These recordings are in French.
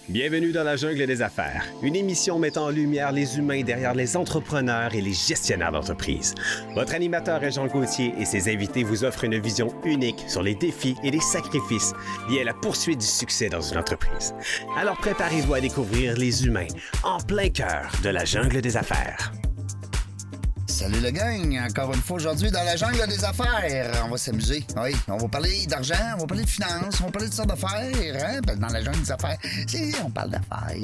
Bienvenue dans la jungle des affaires, une émission mettant en lumière les humains derrière les entrepreneurs et les gestionnaires d'entreprise. Votre animateur est Jean Gauthier et ses invités vous offrent une vision unique sur les défis et les sacrifices liés à la poursuite du succès dans une entreprise. Alors préparez-vous à découvrir les humains en plein cœur de la jungle des affaires. Salut le gang, encore une fois aujourd'hui dans la jungle des affaires. On va s'amuser, oui. On va parler d'argent, on va parler de finances, on va parler de sortes d'affaires. Hein? Dans la jungle des affaires, on parle d'affaires.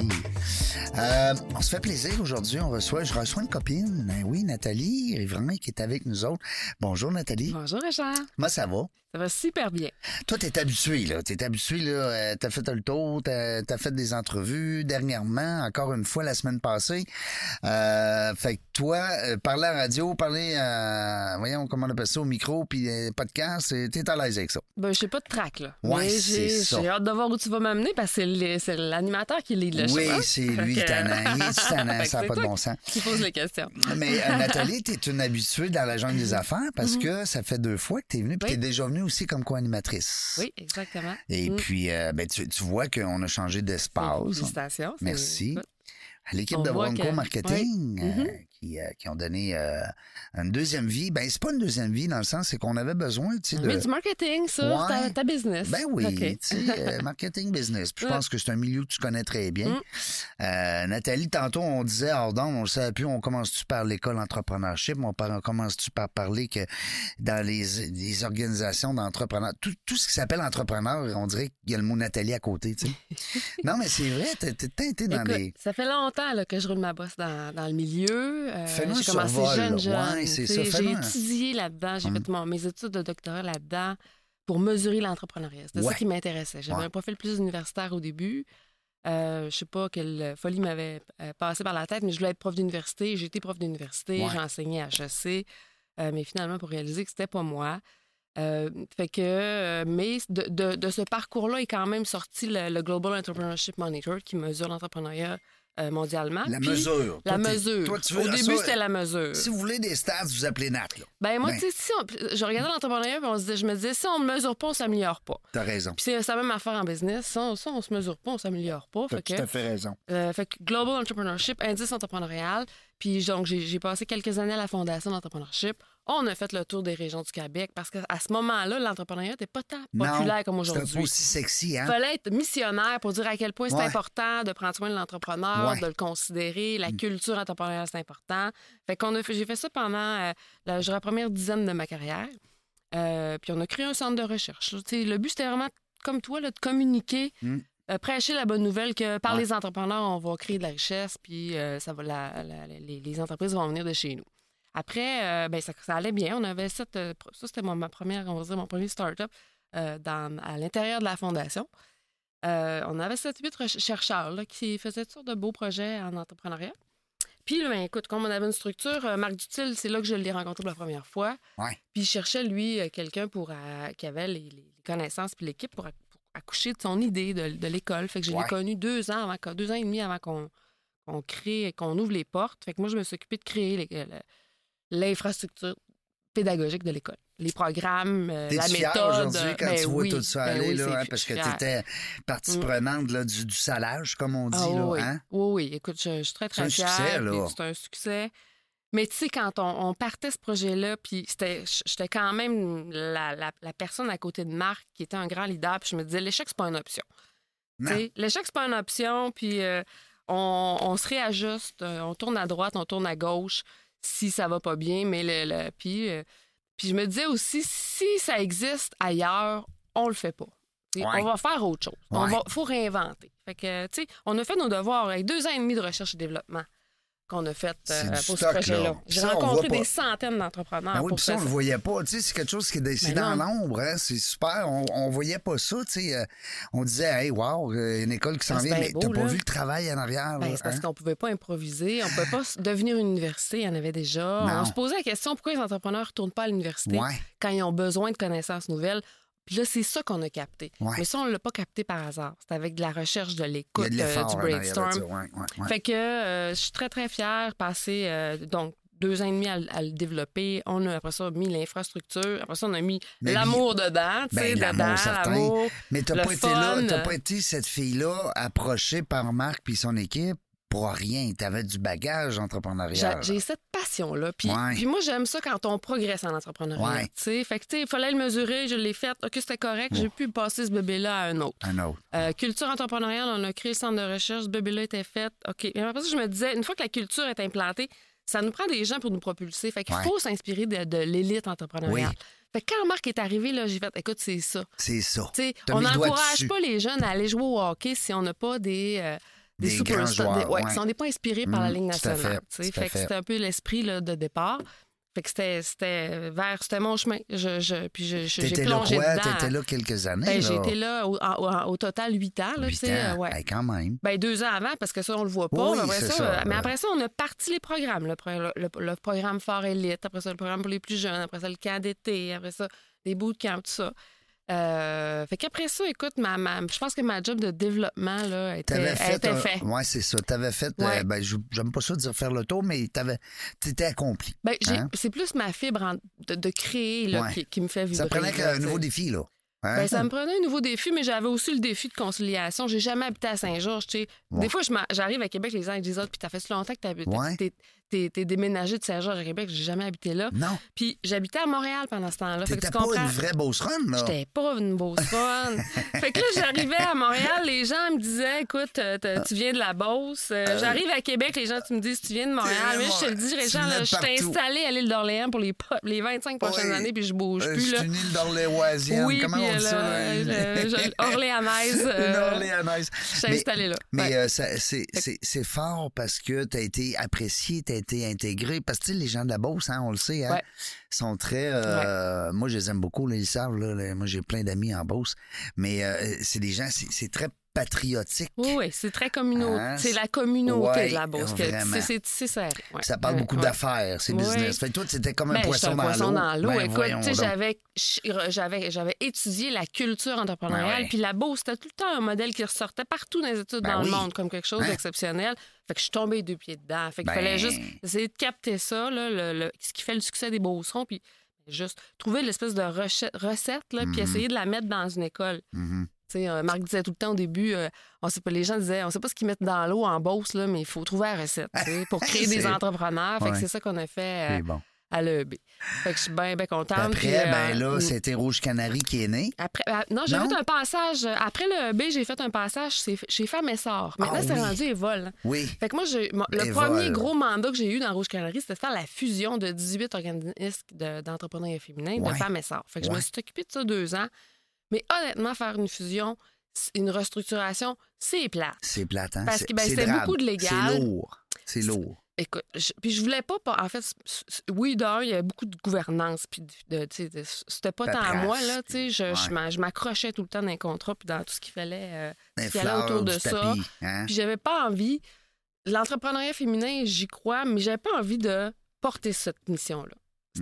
On se fait plaisir aujourd'hui, je reçois une copine, oui, Nathalie Riverain qui est avec nous autres. Bonjour Nathalie. Bonjour Richard. Comment ça va? Ça va super bien. Toi, t'es habitué, là. T'as fait le tour, t'as fait des entrevues dernièrement, encore une fois la semaine passée. Fait que toi, parler à la radio, voyons comment on appelle ça, au micro, puis podcast, t'es à l'aise avec ça. Ben, je sais pas de track, là. Ouais, mais c'est ça. j'ai hâte de voir où tu vas m'amener parce que c'est l'animateur qui lead le show. Oui, c'est lui, tannant. Il est tannant, ça n'a pas de bon sens. Qui pose les questions. Mais Nathalie, t'es une habituée dans la jungle des affaires parce que ça fait 2 fois que t'es venue, puis t'es déjà venue aussi comme co-animatrice. Oui, exactement. Et puis, tu vois qu'on a changé d'espace. Félicitations. Merci. À l'équipe On de voit Bronco que- Marketing qui ont donné une deuxième vie. Ben, c'est pas une deuxième vie dans le sens, c'est qu'on avait besoin, tu sais, Mais du marketing sur Ouais. ta business. Ben oui, OK. tu sais, marketing business. Puis je pense que c'est un milieu que tu connais très bien. Nathalie, tantôt, on disait, on le savait plus, on commence-tu par l'école entrepreneurship, on commence-tu par parler que dans les organisations d'entrepreneurs, tout ce qui s'appelle entrepreneur, on dirait qu'il y a le mot Nathalie à côté, tu sais. Non, mais c'est vrai, t'es teinté dans Écoute, les... ça fait longtemps là, que je roule ma bosse dans le milieu. Fais-nous un J'ai commencé survol, jeune. ouais, c'est ça, J'ai fais-nous un- étudié là-dedans. J'ai fait mes études de doctorat là-dedans pour mesurer l'entrepreneuriat. C'était Ouais. ça qui m'intéressait. J'avais Ouais. un profil plus universitaire au début. Je sais pas quelle folie m'avait passé par la tête, mais je voulais être prof d'université. J'ai été prof d'université, Ouais. j'ai enseigné à HEC, mais finalement, pour réaliser que c'était pas moi. Mais de ce parcours-là est quand même sorti le Global Entrepreneurship Monitor qui mesure l'entrepreneuriat mondialement. La Puis, mesure. La Toi, mesure. toi, tu veux- Au début, ça, c'était la mesure. Si vous voulez des stats, vous appelez Nat, là. Ben moi, Ben. tu sais, je regardais l'entrepreneuriat et je me disais, si on ne mesure pas, on s'améliore pas. T'as raison. Puis c'est la même affaire en business. Si on se mesure pas, on s'améliore pas. T'as Fait tout que, à fait raison. fait que Global Entrepreneurship, indice entrepreneurial. Puis donc, j'ai passé quelques années à la Fondation d'entrepreneurship. On a fait le tour des régions du Québec parce qu'à ce moment-là, l'entrepreneuriat n'était pas tant populaire comme C'était aujourd'hui. pas aussi sexy, hein? Il fallait être missionnaire pour dire à quel point c'est Ouais. important de prendre soin de l'entrepreneur, Ouais. de le considérer. La culture entrepreneuriale, c'est important. Fait j'ai fait ça pendant la première dizaine de ma carrière. Puis on a créé un centre de recherche. Tu sais, le but, c'était vraiment, comme toi, là, de communiquer, prêcher la bonne nouvelle que par les entrepreneurs, on va créer de la richesse, puis les entreprises vont venir de chez nous. Après, ça allait bien. On avait ça, c'était mon premier start-up à l'intérieur de la fondation. On avait 7-8 chercheurs là, qui faisaient toutes sortes de beaux projets en entrepreneuriat. Puis, là, écoute, comme on avait une structure, Marc Dutil, c'est là que je l'ai rencontré pour la première fois. Ouais. Puis, il cherchait, lui, quelqu'un qui avait les connaissances puis l'équipe pour accoucher de son idée de l'école. Fait que je l'ai connu 2 ans et demi avant qu'on crée, qu'on ouvre les portes. Fait que moi, je me suis occupée de créer l'infrastructure pédagogique de l'école. Les programmes, la T'es-tu fière méthode. aujourd'hui quand tu vois tout ça aller, là, hein, parce que tu t'étais partie prenante là, du salage, comme on dit, là, oui. hein? Oui. Écoute, je suis très, très C'est un fière. succès, là. Puis c'est un succès. Mais tu sais, quand on partait ce projet-là, puis j'étais quand même la personne à côté de Marc qui était un grand leader, puis je me disais, l'échec, c'est pas une option. Non. T'sais, l'échec, c'est pas une option, puis on se réajuste, on tourne à droite, on tourne à gauche si ça va pas bien, mais puis je me disais aussi, si ça existe ailleurs, on le fait pas. T'sais, Ouais. On va faire autre chose. Ouais. Faut réinventer. Fait que, tu sais, on a fait nos devoirs avec 2 ans et demi de recherche et développement qu'on a fait C'est du pour ce stock, projet-là. là. J'ai Ça, on rencontré voit pas. des centaines d'entrepreneurs Ben oui, pour puis ça, on faire le ça. voyait pas. Tu sais, c'est quelque chose qui est c'est Ben dans non. l'ombre, hein? C'est super. On voyait pas ça, tu sais. On disait, hey, wow, une école qui s'en Ben, c'est vient, bien mais beau, t'as pas là. vu le travail en arrière, Ben, là, c'est parce hein? qu'on pouvait pas improviser, on pouvait pas devenir une université, il y en avait déjà. Non. On se posait la question pourquoi les entrepreneurs ne retournent pas à l'université Ouais. quand ils ont besoin de connaissances nouvelles. Puis là, c'est ça qu'on a capté. Ouais. Mais ça, on l'a pas capté par hasard. C'est avec de la recherche, de Il y l'écoute, a de l'effort du en arrière de ça, brainstorm. ouais. Fait que je suis très, très fière de passer donc 2 ans et demi à le développer. On a, après ça, mis l'infrastructure. Après ça, on a mis l'amour dedans, tu sais, l'amour, mais t'as le pas fun. été là, t'as pas été cette fille-là approchée par Marc puis son équipe pour rien. T'avais du bagage entrepreneurial. J'ai cette passion-là. Puis moi, j'aime ça quand on progresse en entrepreneuriat. Tu sais, fait que, tu sais, il fallait le mesurer, je l'ai fait. OK, c'était correct. J'ai pu passer ce bébé-là à un autre. Culture entrepreneuriale, on a créé le centre de recherche. Ce bébé-là était fait. OK. Mais après ça, je me disais, une fois que la culture est implantée, ça nous prend des gens pour nous propulser. Fait qu'il faut s'inspirer de l'élite entrepreneuriale. Fait que quand Marc est arrivé, là, j'ai fait, écoute, c'est ça. C'est ça. On n'encourage pas les jeunes à aller jouer au hockey si on n'a pas des superstars. Si on n'est pas inspiré par la Ligue nationale. Fait que c'était un peu l'esprit là, de départ. Fait que c'était mon chemin. J'ai plongé dedans. T'étais là quelques années. J'ai été là au total 8 ans. Là, 8 ans, quand même. 2 ans avant, parce que ça, on le voit pas. Mais après ça, on a parti les programmes. Le programme Fort Élite, après ça, le programme pour les plus jeunes, après ça, le camp d'été, après ça, des bootcamps, tout ça. Fait qu'après ça, écoute, je pense que ma job de développement là, était fait. Oui, c'est ça. Tu avais fait, j'aime pas ça dire faire le tour, mais t'étais accompli. C'est plus ma fibre de créer là, qui me fait vibrer. Ça prenait un nouveau défi, là. Ça me prenait un nouveau défi, mais j'avais aussi le défi de conciliation. J'ai jamais habité à Saint-Georges. Des fois, j'arrive à Québec, les gens ils disent puis t'as fait si longtemps que t'es déménagé de Saint-Georges à Québec, j'ai jamais habité là. Non. Puis j'habitais à Montréal pendant ce temps-là. T'étais pas une vraie beauceronne, là. J'étais pas une beauceronne. Fait que là, j'arrivais à Montréal, les gens me disaient, écoute, tu viens de la Beauce. J'arrive à Québec, les gens, tu me dis, tu viens de Montréal. Mais je te le dis, Régent, je suis installée à l'île d'Orléans pour les 25 prochaines années, puis je bouge plus. C'est une île d'orléoisienne. Oui, comment on dit ça? Orléanaise. Une Orléanaise. Je suis installée là. Mais c'est fort parce que t'as été apprécié, t'as été intégré. Parce que tu sais, les gens de la Beauce, on le sait, sont très... moi, je les aime beaucoup, là, ils savent. Là, moi, j'ai plein d'amis en Beauce. Mais c'est des gens, c'est très patriotique. Oui, c'est très communautaire. C'est la communauté de la Beauce. C'est serré. Ça parle beaucoup d'affaires, c'est business. Fait que toi, c'était comme un poisson dans l'eau. Écoute, j'avais étudié la culture entrepreneuriale, puis la Beauce, c'était tout le temps un modèle qui ressortait partout dans les études dans le monde comme quelque chose d'exceptionnel. Fait que je suis tombée 2 pieds dedans. Fait qu'il fallait juste essayer de capter ça, là, ce qui fait le succès des Beaucerons, puis juste trouver l'espèce de recette, là, puis essayer de la mettre dans une école. Marc disait tout le temps au début, les gens disaient, on sait pas ce qu'ils mettent dans l'eau en Beauce, là, mais il faut trouver la recette pour créer des entrepreneurs. Fait que c'est ça qu'on a fait à l'EB. Fait que je suis bien contente. Après, là, c'était Rouge Canary qui est né. Après, non, j'ai fait un passage. Après l'EB, j'ai fait un passage chez Femmes Essor. Maintenant, c'est rendu Evol. Hein. Oui. Fait que moi, le premier gros mandat que j'ai eu dans Rouge Canary, c'était de faire la fusion de 18 organismes d'entrepreneuriat féminin de Femmes Essor. Fait que je me suis occupée de ça 2 ans. Mais honnêtement, faire une fusion, une restructuration, c'est plate. C'est plate, hein? Parce que c'est beaucoup de légal. C'est lourd. Écoute, puis je voulais pas... En fait, oui, d'un, il y a beaucoup de gouvernance, puis c'était pas tant à moi, là, tu sais. Je m'accrochais tout le temps dans les contrats, puis dans tout ce qu'il fallait, autour de ça. Puis j'avais pas envie... L'entrepreneuriat féminin, j'y crois, mais j'avais pas envie de porter cette mission-là.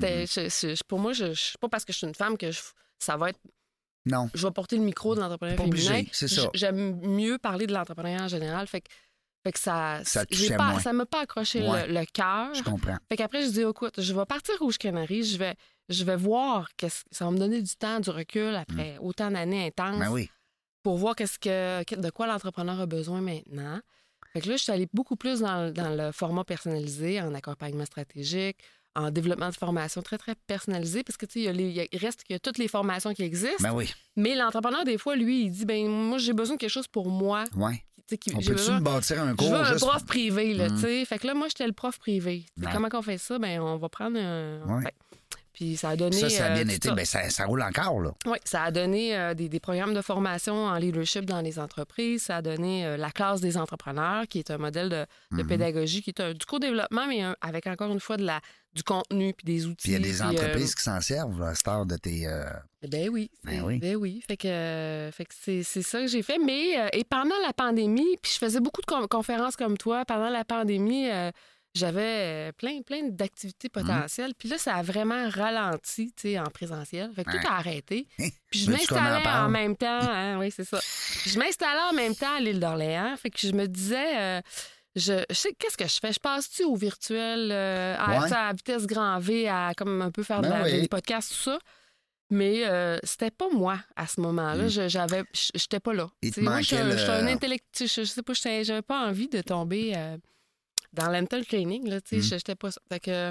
Pour moi, c'est pas parce que je suis une femme que ça va être... Non. Je vais porter le micro de l'entrepreneuriat féminin. C'est ça. J'aime mieux parler de l'entrepreneuriat en général. Fait que ça m'a pas accroché le cœur. Je comprends. Fait qu'après, je dis, écoute, je vais partir Rouge Canary. Je vais voir ça va me donner du temps, du recul après autant d'années intenses. Pour voir de quoi l'entrepreneur a besoin maintenant. Fait que là, je suis allée beaucoup plus dans le format personnalisé, en accompagnement stratégique, en développement de formation très, très personnalisé, parce que, tu sais, il reste qu'il y a toutes les formations qui existent. Mais l'entrepreneur, des fois, lui, il dit, moi, j'ai besoin de quelque chose pour moi. On peut-tu me bâtir un cours? Je veux un prof privé, là, tu sais. Fait que là, moi, j'étais le prof privé. Comment qu'on fait ça? On va prendre un... Puis ça a donné... Ça a bien été. Ça roule encore, là. Oui, ça a donné des programmes de formation en leadership dans les entreprises. Ça a donné la classe des entrepreneurs, qui est un modèle de pédagogie, qui est du co-développement, mais avec encore une fois du contenu puis des outils. Puis il y a des entreprises qui s'en servent à cette heure de tes... Ben oui. Fait que c'est ça que j'ai fait. Mais et pendant la pandémie, puis je faisais beaucoup de conférences comme toi. Pendant la pandémie... j'avais plein d'activités potentielles. Puis là, ça a vraiment ralenti, tu sais, en présentiel. Fait que tout a arrêté. Puis je m'installais en même temps. Oui, c'est ça. Je m'installais en même temps à l'île d'Orléans. Fait que je me disais... je sais, qu'est-ce que je fais? Je passe-tu au virtuel à vitesse grand V, à comme un peu faire des podcasts, tout ça? Mais c'était pas moi à ce moment-là. J'étais pas là. Moi, je suis un intellectuel. Je sais pas, j'avais pas envie de tomber dans l'mental training. Là, j'étais pas ça. Fait que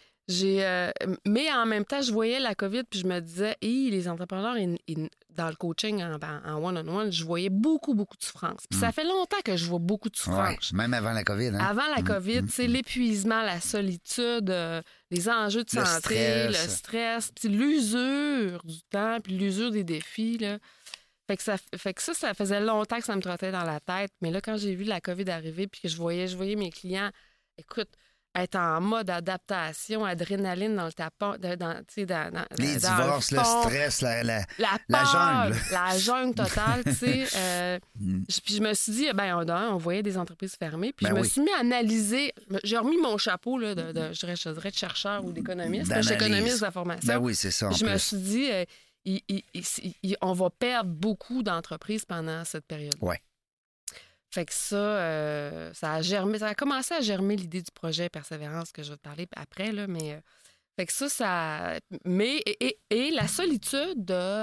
mais en même temps, je voyais la COVID puis je me disais, les entrepreneurs, dans le coaching en one-on-one, je voyais beaucoup, beaucoup de souffrance. Puis ça fait longtemps que je vois beaucoup de souffrance. Ouais, même avant la COVID. Hein? Avant la COVID, l'épuisement, la solitude, les enjeux de santé, le stress, puis l'usure du temps, puis l'usure des défis. Là. Fait que ça faisait longtemps que ça me trottait dans la tête. Mais là, quand j'ai vu la COVID arriver puis que je voyais mes clients, écoute, être en mode adaptation, adrénaline dans le tapon, les divorces, le stress, la jungle. La jungle totale, tu sais. Puis je me suis dit, on voyait des entreprises fermées, puis je me suis mis à analyser. J'ai remis mon chapeau là, je dirais de chercheur ou d'économiste. Je suis économiste de la formation. Ben oui, c'est ça. Je me suis dit, on va perdre beaucoup d'entreprises pendant cette période. Oui. Fait que ça a germé, ça a commencé à germer l'idée du projet Persévérance que je vais te parler après, là, mais fait que ça... Mais, et la solitude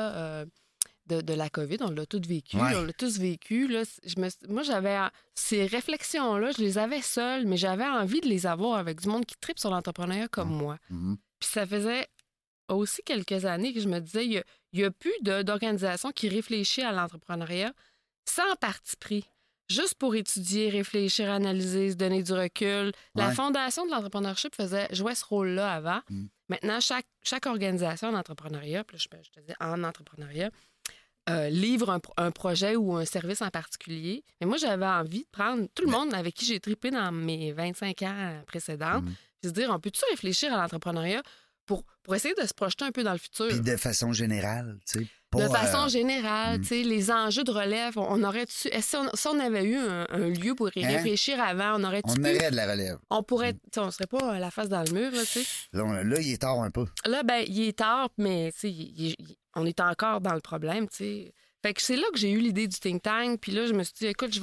de la COVID, on l'a tous vécu, on l'a tous vécu, là, moi, j'avais... Ces réflexions-là, je les avais seules, mais j'avais envie de les avoir avec du monde qui tripe sur l'entrepreneuriat comme moi. Puis ça faisait aussi quelques années que je me disais, il y a plus d'organisation qui réfléchit à l'entrepreneuriat sans parti pris. Juste pour étudier, réfléchir, analyser, se donner du recul. La Fondation de l'entrepreneurship jouait ce rôle-là avant. Maintenant, chaque organisation en entrepreneuriat, puis je te dis en entrepreneuriat, livre un projet ou un service en particulier. Mais moi, j'avais envie de prendre tout le monde avec qui j'ai trippé dans mes 25 ans précédents, puis se dire, on peut-tu réfléchir à l'entrepreneurion pour essayer de se projeter un peu dans le futur? Puis de façon générale, tu sais. De façon générale, tu sais, les enjeux de relève, on aurait-tu... Si on avait eu un lieu pour y réfléchir avant, on aurait-tu On aurait de la relève. On pourrait... On serait pas la face dans le mur, là, tu sais. Là, il est tard un peu. Là, il est tard, mais, tu sais, on est encore dans le problème, tu sais. Fait que c'est là que j'ai eu l'idée du think tank, puis là, je me suis dit, écoute,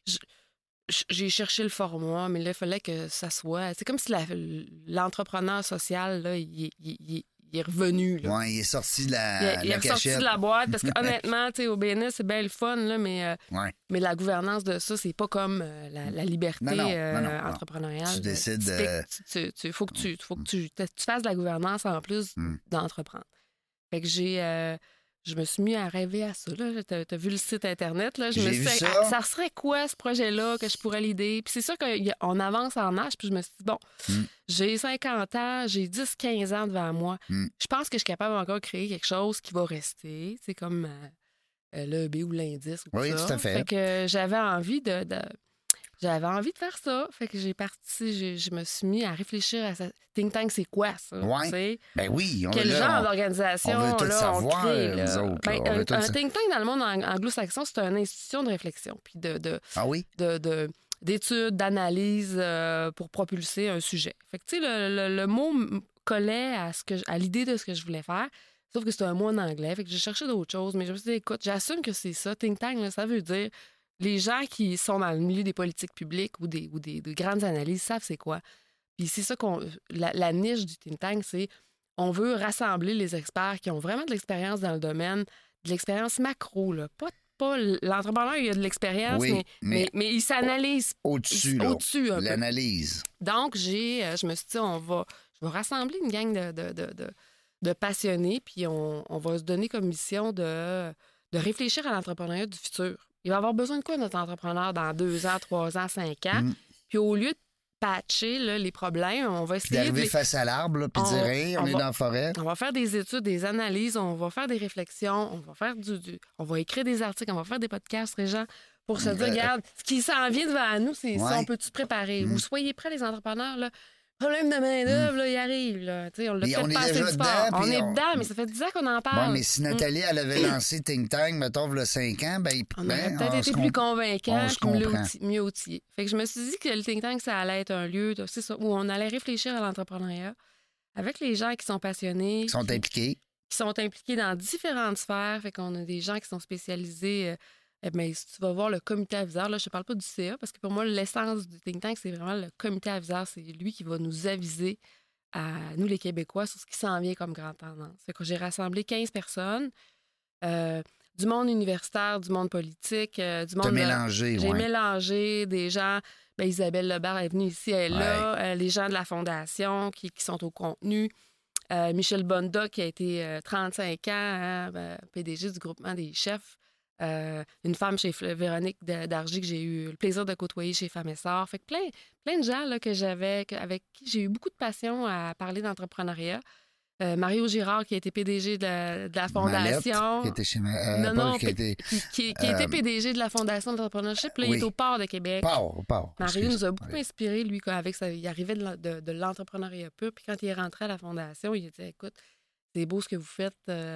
j'ai cherché le format, mais là, il fallait que ça soit... C'est comme si l'entrepreneur social, là, il est revenu. Oui, il est sorti de la il est sorti de la boîte parce que honnêtement, tu sais, au BNS, c'est bien le fun, là, mais la gouvernance de ça, c'est pas comme la liberté entrepreneuriale. Tu décides Il faut que tu fasses de la gouvernance en plus d'entreprendre. Fait que je me suis mis à rêver à ça. Tu as vu le site Internet. Là. Je me suis dit, ça serait quoi ce projet-là que je pourrais l'aider? Puis c'est sûr qu'on avance en âge. Puis je me suis dit, bon, j'ai 50 ans, j'ai 10-15 ans devant moi. Je pense que je suis capable encore de créer quelque chose qui va rester. C'est comme l'EB ou l'indice. Ou oui, ça. tout à fait. Fait que j'avais envie de faire ça. Fait que je me suis mis à réfléchir à ça. Think tank, c'est quoi ça? Oui. Ben oui. Quel genre d'organisation on veut tout savoir, crée? Nous autres, un think tank dans le monde anglo-saxon, c'est une institution de réflexion. Puis d'études, d'analyse pour propulser un sujet. Fait que tu sais, le mot collait à l'idée de ce que je voulais faire. Sauf que c'était un mot en anglais. Fait que j'ai cherché d'autres choses. Mais je me suis dit, écoute, j'assume que c'est ça. Think tank, là, ça veut dire les gens qui sont dans le milieu des politiques publiques ou des grandes analyses savent c'est quoi. Puis c'est ça la niche du think tank, c'est on veut rassembler les experts qui ont vraiment de l'expérience dans le domaine, de l'expérience macro, là. Pas l'entrepreneur, il a de l'expérience, mais il s'analyse au-dessus l'analyse. Donc, je me suis dit, je vais rassembler une gang de passionnés, puis on va se donner comme mission de réfléchir à l'entrepreneuriat du futur. Il va avoir besoin de quoi, notre entrepreneur, dans 2 ans, 3 ans, 5 ans? Puis au lieu de patcher là, les problèmes, on va essayer d'arriver face à l'arbre, puis dire, hey, on est dans la forêt. On va faire des études, des analyses, on va faire des réflexions, on va faire on va écrire des articles, on va faire des podcasts, Régent, pour se dire, regarde, ce qui s'en vient devant nous, c'est ça, on peut-tu préparer? Ou soyez prêts, les entrepreneurs, là. Problème de main-d'œuvre, là, il arrive. Là. On l'a peut-être pas assez du sport. On est dedans, mais ça fait 10 ans qu'on en parle. Oui, mais si Nathalie, elle avait lancé Think Tank, mettons, il y a 5 ans, on aurait peut-être été plus convaincant et mieux outillé. Fait que je me suis dit que le Think Tank, ça allait être un lieu c'est ça, où on allait réfléchir à l'entrepreneuriat avec les gens qui sont passionnés. Qui sont impliqués dans différentes sphères. Fait qu'on a des gens qui sont spécialisés Eh bien, si tu vas voir le comité aviseur, là, je ne parle pas du CA, parce que pour moi, l'essence du think tank, c'est vraiment le comité aviseur. C'est lui qui va nous aviser à nous, les Québécois, sur ce qui s'en vient comme grande tendance. Fait que j'ai rassemblé 15 personnes, du monde universitaire, du monde politique, du monde... T'as mélangé, J'ai mélangé des gens... Ben, Isabelle Lebert est venue ici, elle est là. Les gens de la Fondation qui sont au contenu. Michel Bonda, qui a été 35 ans, PDG du groupement des chefs. Une femme chez Véronique Dargy que j'ai eu le plaisir de côtoyer chez Femmes et Sœurs. Fait que plein de gens là, avec qui j'ai eu beaucoup de passion à parler d'entrepreneuriat. Mario Girard, qui a été PDG de la Fondation. Mallette, qui était chez qui a été PDG de la Fondation d'entrepreneurship. Là, il est au port de Québec. Mario nous a beaucoup inspiré, lui, il arrivait de l'entrepreneuriat pur. Puis quand il est rentré à la Fondation, il a dit, écoute, c'est beau ce que vous faites.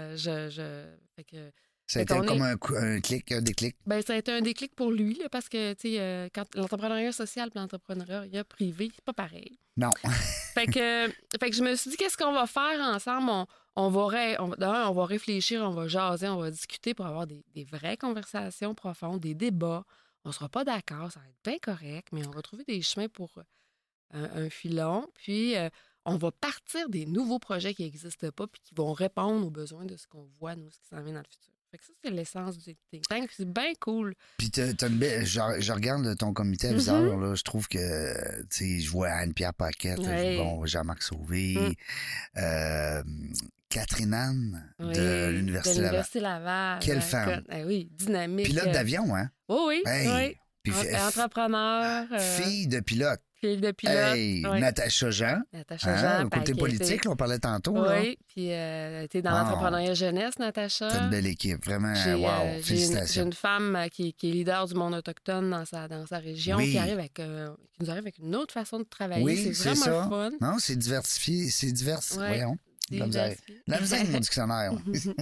Fait que, ça a été comme un déclic. Ben, ça a été un déclic pour lui, là, parce que, tu sais, quand l'entrepreneuriat social et l'entrepreneuriat privé, c'est pas pareil. Non. fait que je me suis dit, qu'est-ce qu'on va faire ensemble? On va réfléchir, on va jaser, on va discuter pour avoir des vraies conversations profondes, des débats. On sera pas d'accord, ça va être bien correct, mais on va trouver des chemins pour un filon. Puis, on va partir des nouveaux projets qui n'existent pas puis qui vont répondre aux besoins de ce qu'on voit, nous, ce qui s'en vient dans le futur. Fait que ça, c'est l'essence du think tank. C'est bien cool. Puis je regarde ton comité aviseur, là, je trouve que, tu sais, je vois Anne-Pierre Paquette, Jean-Marc Sauvé, Catherine Anne de l'Université Laval. Quelle femme. Oui, dynamique. Pilote d'avion, hein? Oui. Puis, entrepreneur. Fille de pilote. Hey, Natacha Jean. Le côté politique, on parlait tantôt. Oui, puis tu es dans l'entrepreneuriat jeunesse, Natacha. T'as une belle équipe, vraiment. Wow, félicitations. J'ai une femme qui est leader du monde autochtone dans sa région, qui nous arrive avec une autre façon de travailler. Oui, c'est vraiment fun. Non, c'est diversifié, c'est divers. Voyons. La misère mon dictionnaire.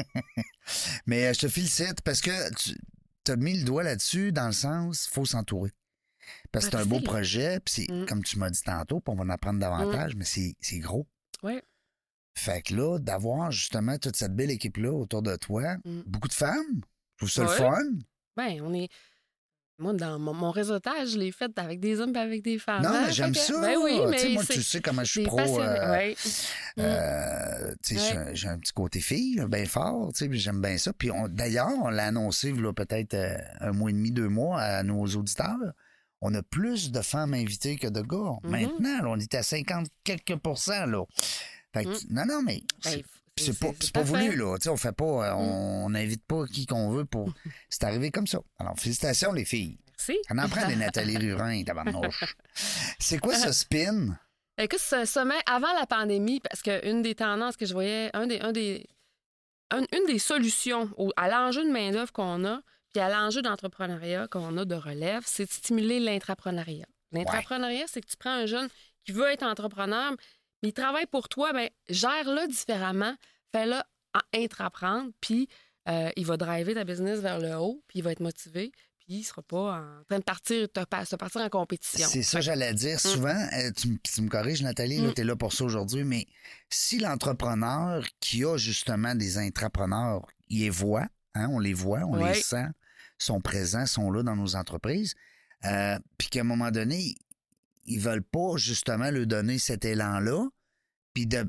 Mais je te félicite parce que tu as mis le doigt là-dessus dans le sens, il faut s'entourer. Parce que c'est un beau projet, puis c'est, comme tu m'as dit tantôt, puis on va en apprendre davantage, mais c'est gros. Oui. Fait que là, d'avoir justement toute cette belle équipe-là autour de toi, beaucoup de femmes, je trouve ça le fun. Bien, on est... Moi, dans mon réseautage, je l'ai fait avec des hommes et avec des femmes. Non, mais j'aime ça. Ben oui, mais moi, tu sais comment je suis pro. J'ai un petit côté fille, bien fort, puis j'aime bien ça. Puis d'ailleurs, on l'a annoncé là, peut-être 1 mois et demi, 2 mois à nos auditeurs. On a plus de femmes invitées que de gars. Maintenant, là, on est à 50 quelques %. Là. Fait que, non, mais c'est pas voulu, là. T'sais, on fait pas, on n'invite pas qui qu'on veut pour. C'est arrivé comme ça. Alors, félicitations, les filles. Merci. On en prend des Nathalie Rurin, tabarnouche. C'est quoi ce spin? Écoute, ce sommet avant la pandémie, parce qu'une des tendances que je voyais, une des solutions à l'enjeu de main-d'œuvre qu'on a, puis à l'enjeu d'entrepreneuriat qu'on a de relève, c'est de stimuler l'intrapreneuriat. L'intrapreneuriat, c'est que tu prends un jeune qui veut être entrepreneur, mais il travaille pour toi, bien, gère-le différemment, fais-le intraprendre, puis il va driver ta business vers le haut, puis il va être motivé, puis il ne sera pas en train de se partir en compétition. C'est ça, j'allais dire. Souvent, tu me corriges, Nathalie, tu es là pour ça aujourd'hui, mais si l'entrepreneur qui a justement des intrapreneurs, il les voit, hein, on les voit, on les sent, sont présents, sont là dans nos entreprises, puis qu'à un moment donné, ils veulent pas justement leur donner cet élan-là, puis de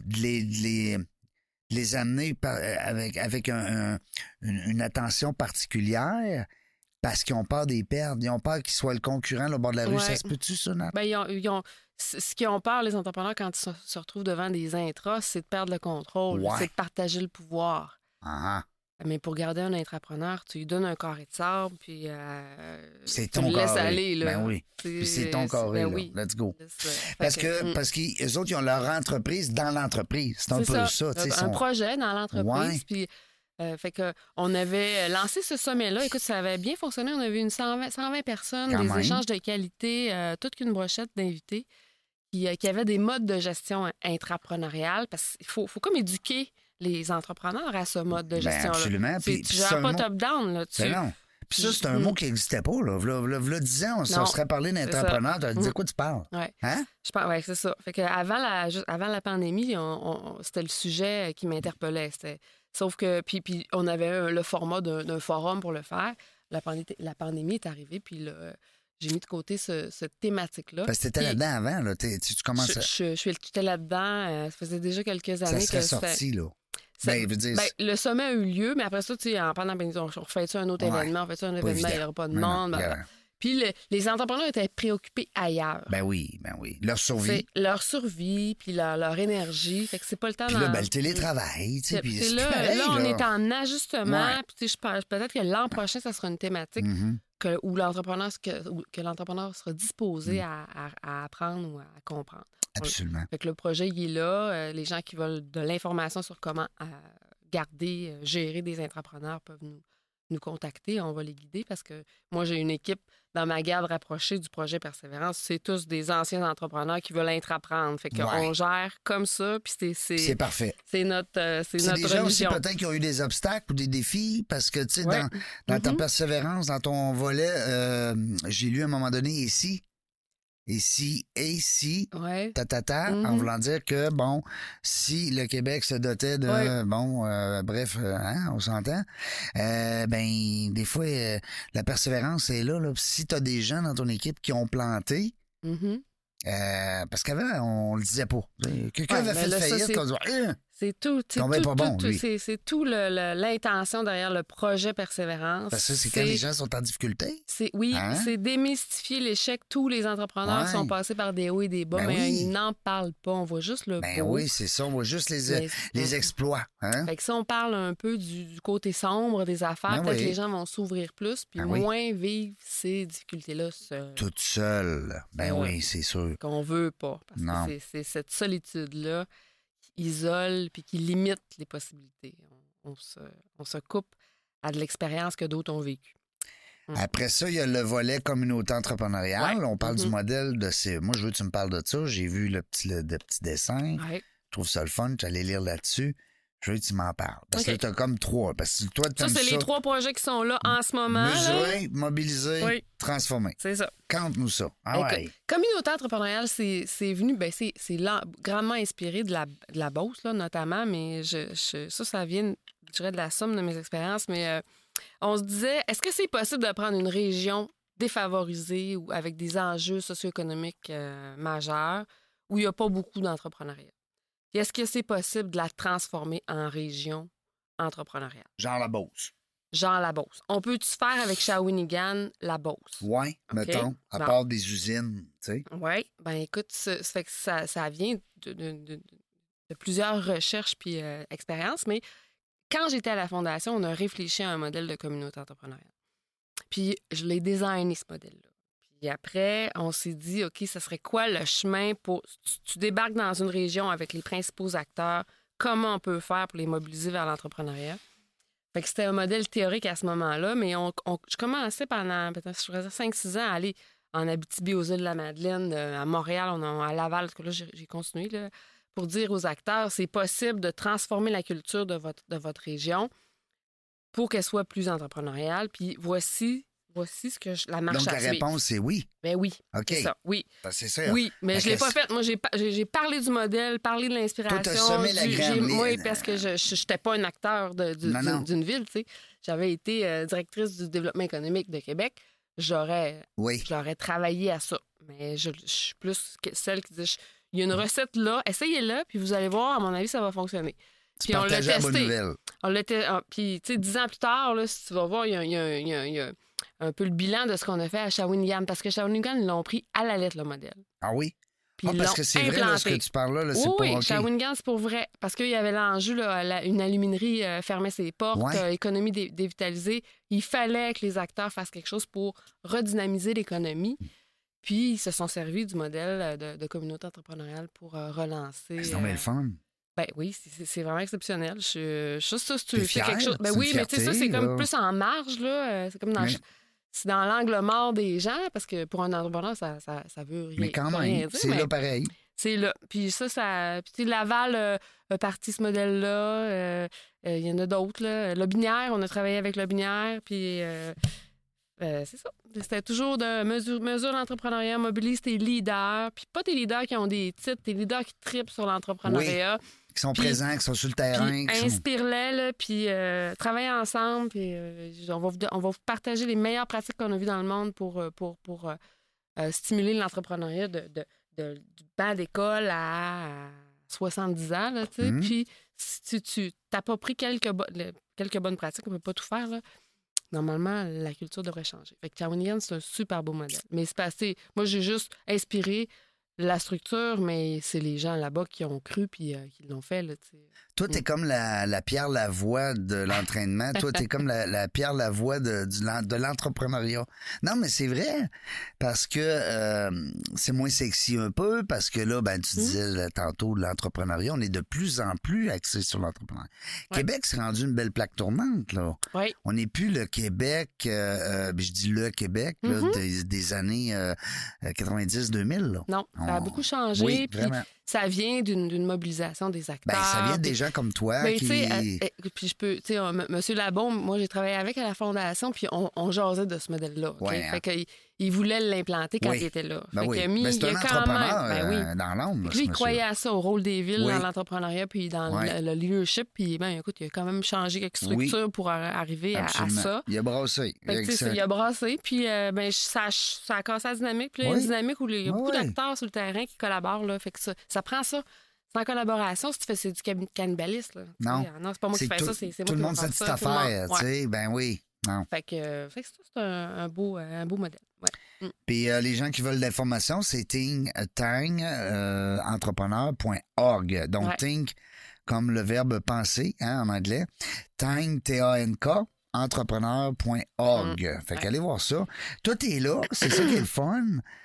les amener avec une attention particulière parce qu'ils ont peur des perdre, ils ont peur qu'ils soient le concurrent là, au bord de la rue. Ça se peut-tu, ça, Nat? Bien, ce qu'ils ont peur, les entrepreneurs, quand ils se retrouvent devant des intras, c'est de perdre le contrôle, c'est de partager le pouvoir. Mais pour garder un intrapreneur, tu lui donnes un carré de sable, puis c'est tu ton le laisses carré. aller. Là. Ben oui. Puis c'est ton carré. Ben oui. Let's go. Parce qu'eux autres, ils ont leur entreprise dans l'entreprise. C'est un peu ça. Un projet dans l'entreprise. Puis, fait que on avait lancé ce sommet-là. Écoute, ça avait bien fonctionné. On avait 120 personnes, des échanges de qualité, toute une brochette d'invités qui avaient des modes de gestion intrapreneuriale. Parce qu'il faut comme éduquer les entrepreneurs à ce mode de gestion-là. Absolument. Tu gères pas top-down. Là, non. Puis ça, c'est un mot qui n'existait pas. Là. V'là 10 ans, on se serait parlé d'entrepreneur. Tu as dit quoi tu parles? Oui. Hein? Oui, c'est ça. Fait que avant la pandémie, c'était le sujet qui m'interpellait. Sauf que, puis on avait le format d'un forum pour le faire. la pandémie est arrivée, puis là, j'ai mis de côté cette thématique-là. Parce que t'étais là-dedans avant, là. Tu commences à... J'étais là-dedans. Ça faisait déjà quelques années ça serait sorti, là. Je veux dire... le sommet a eu lieu, mais après ça, tu sais, pendant la pandémie, on refait un autre événement, on fait un événement, il n'y aura pas de monde. Puis les entrepreneurs étaient préoccupés ailleurs. Ben oui. Leur survie. C'est leur survie, puis leur énergie. Fait que c'est pas le temps... Puis là, le télétravail, tu sais. Puis là, on est en ajustement. Puis je pense peut-être que l'an prochain, ça sera une thématique où l'entrepreneur sera disposé à apprendre ou à comprendre. Absolument. Fait que le projet, il est là. Les gens qui veulent de l'information sur comment garder, gérer des entrepreneurs peuvent nous contacter. On va les guider parce que moi, j'ai une équipe dans ma garde rapprochée du projet Persévérance. C'est tous des anciens entrepreneurs qui veulent entreprendre. Fait qu'on gère comme ça. Puis c'est parfait. C'est notre c'est des gens aussi peut-être qui ont eu des obstacles ou des défis parce que, tu sais, dans ta persévérance, dans ton volet, j'ai lu à un moment donné ici, en voulant dire que, bon, si le Québec se dotait de, on s'entend, des fois, la persévérance est là. Si tu as des gens dans ton équipe qui ont planté, parce qu'avant, on le disait pas. Quelqu'un avait fait faillite, on disait, c'est tout. C'est tout l'intention derrière le projet Persévérance. Parce que c'est quand les gens sont en difficulté. C'est démystifier l'échec. Tous les entrepreneurs sont passés par des hauts et des bas, mais ils n'en parlent pas. On voit juste le beau. Oui, c'est ça. On voit juste les exploits. Hein? Fait que si on parle un peu du côté sombre des affaires, peut-être que les gens vont s'ouvrir plus, puis moins vivre ces difficultés-là seuls. Toute seule. Oui, c'est sûr. Qu'on veut pas. Parce que c'est cette solitude-là isole puis qui limite les possibilités. On se coupe à de l'expérience que d'autres ont vécue. Après ça, il y a le volet communauté entrepreneuriale. On parle du modèle de ces... Moi, je veux que tu me parles de ça. J'ai vu le petit dessin. Je trouve ça le fun. Tu allais lire là-dessus. Je veux que tu m'en parles. Parce que tu as comme 3. Parce que toi, ça, c'est les 3 projets qui sont là en ce moment. Mesurer, mobiliser, transformer. C'est ça. Cante-nous ça. Communauté entrepreneuriale, c'est venu, c'est grandement inspiré de la Beauce, là, notamment, mais ça vient, je dirais, de la somme de mes expériences. Mais on se disait, est-ce que c'est possible de prendre une région défavorisée ou avec des enjeux socio-économiques majeurs où il n'y a pas beaucoup d'entrepreneuriat? Puis est-ce que c'est possible de la transformer en région entrepreneuriale? Genre la Beauce. On peut-tu faire avec Shawinigan la Beauce? Oui, mettons, à part des usines, tu sais. Oui, écoute, ça fait que ça vient de plusieurs recherches puis expériences, mais quand j'étais à la Fondation, on a réfléchi à un modèle de communauté entrepreneuriale. Puis je l'ai designé, ce modèle-là. Puis après, on s'est dit, OK, ça serait quoi le chemin pour... Tu débarques dans une région avec les principaux acteurs, comment on peut faire pour les mobiliser vers l'entrepreneuriat? Fait que c'était un modèle théorique à ce moment-là, mais je commençais pendant peut-être 5-6 ans à aller en Abitibi, aux Îles-de-la-Madeleine, à Montréal, à Laval, parce que là, j'ai continué là, pour dire aux acteurs, c'est possible de transformer la culture de votre région pour qu'elle soit plus entrepreneuriale. Puis voici ce que la marche à suivre. Donc, la réponse, c'est oui. Ben oui. OK. C'est ça, oui. Ben, c'est ça. Oui, mais je ne l'ai pas fait. Moi, j'ai parlé du modèle, parlé de l'inspiration. Toi, t'as semé la graine. Oui, parce que je n'étais pas un acteur d'une ville, tu sais. J'avais été directrice du développement économique de Québec. J'aurais travaillé à ça. Mais je suis plus celle qui dit, il y a une recette là, essayez-la, puis vous allez voir, à mon avis, ça va fonctionner. Puis on l'a testé. Puis, tu sais, 10 ans plus tard, là, si tu vas voir, il y a un peu le bilan de ce qu'on a fait à Shawinigan, parce que Shawinigan, ils l'ont pris à la lettre, le modèle. Ah oui? Puis parce que c'est vrai, là, ce que tu parles là, c'est pour... Oui, Shawinigan, c'est pour vrai. Parce qu'il y avait l'enjeu, là, une aluminerie fermait ses portes, économie dévitalisée. Il fallait que les acteurs fassent quelque chose pour redynamiser l'économie. Puis, ils se sont servis du modèle de communauté entrepreneuriale pour relancer... C'est le fun. Ben oui, c'est vraiment exceptionnel. Je sais ça, si tu fais quelque chose. Ben oui, mais tu sais, ça, c'est comme plus en marge, là. C'est comme dans... C'est dans l'angle mort des gens, parce que pour un entrepreneur, ça veut rien dire. Mais quand même, c'est là pareil. C'est là. Puis ça... Puis Laval a parti ce modèle-là. Il y en a d'autres, là. Lobinière, on a travaillé avec Lobinière, puis... c'est ça. C'était toujours de mesure l'entrepreneuriat, mobilise tes leaders, puis pas tes leaders qui ont des titres, tes leaders qui trippent sur l'entrepreneuriat. Qui sont Puis- présents, qui sont sur le terrain. Puis inspire-les, là, puis travaillez ensemble, puis on va vous partager les meilleures pratiques qu'on a vues dans le monde pour stimuler l'entrepreneuriat du banc d'école à 70 ans, là, tu sais. Puis si tu t'appropries quelques bonnes pratiques, on ne peut pas tout faire, là. Normalement, la culture devrait changer. Fait que Shawinigan, c'est un super beau modèle. Mais c'est passé. Moi, j'ai juste inspiré la structure, mais c'est les gens là-bas qui ont cru puis qui l'ont fait, là, tu sais. Toi, t'es comme la Pierre Lavoie de l'entraînement. Toi, t'es comme la Pierre Lavoie de l'entrepreneuriat. Non, mais c'est vrai, parce que c'est moins sexy un peu, parce que là, ben, tu disais tantôt, l'entrepreneuriat, on est de plus en plus axé sur l'entrepreneuriat. Ouais. Québec s'est rendu une belle plaque tournante, là. Oui. On n'est plus le Québec, je dis le Québec, là, des années 90-2000, là. Non, ça a beaucoup changé. Oui, Puis vraiment. ça vient d'une mobilisation des acteurs. Ben, ça vient des puis- gens comme toi Ben, qui... tu sais, puis je peux, tu sais, Monsieur Labombe, moi, j'ai travaillé avec à la Fondation, puis on jasait de ce modèle-là. OK? Ouais, hein. Fait qu'il voulait l'implanter quand Oui. il était là. Ben Fait oui. qu'il a mis, Ben, c'est il un a quand entrepreneur même, ben oui. dans l'ombre, Puis lui, il croyait à ça, au rôle des villes Oui. dans l'entrepreneuriat, puis dans Ouais. le leadership. Puis, ben, écoute, il a quand même changé quelques structures pour arriver à Absolument. ça. Il a brassé. Fait que, tu sais, il a brassé, puis ben, ça a cassé la dynamique. Puis là, il y a Oui. une dynamique où il y a beaucoup Oui. d'acteurs sur le terrain qui collaborent. Là, fait que ça prend ça. C'est en collaboration. Si tu fais c'est du cannibalisme. Là, tu Non. sais. Non, c'est pas moi qui fais ça, c'est moi tout qui le vais monde faire cette ça. petite Tout le monde. affaire, tu Ouais. sais, ben oui. Non. Fait que ça, c'est un beau modèle. Ouais. Puis les gens qui veulent de l'information, c'est entrepreneur.org. Donc, Ouais. think comme le verbe penser, hein, en anglais. Tank, T-A-N-K, entrepreneur.org. Fait qu'allez voir ça. Toi, t'es là, c'est ça qui est le fun.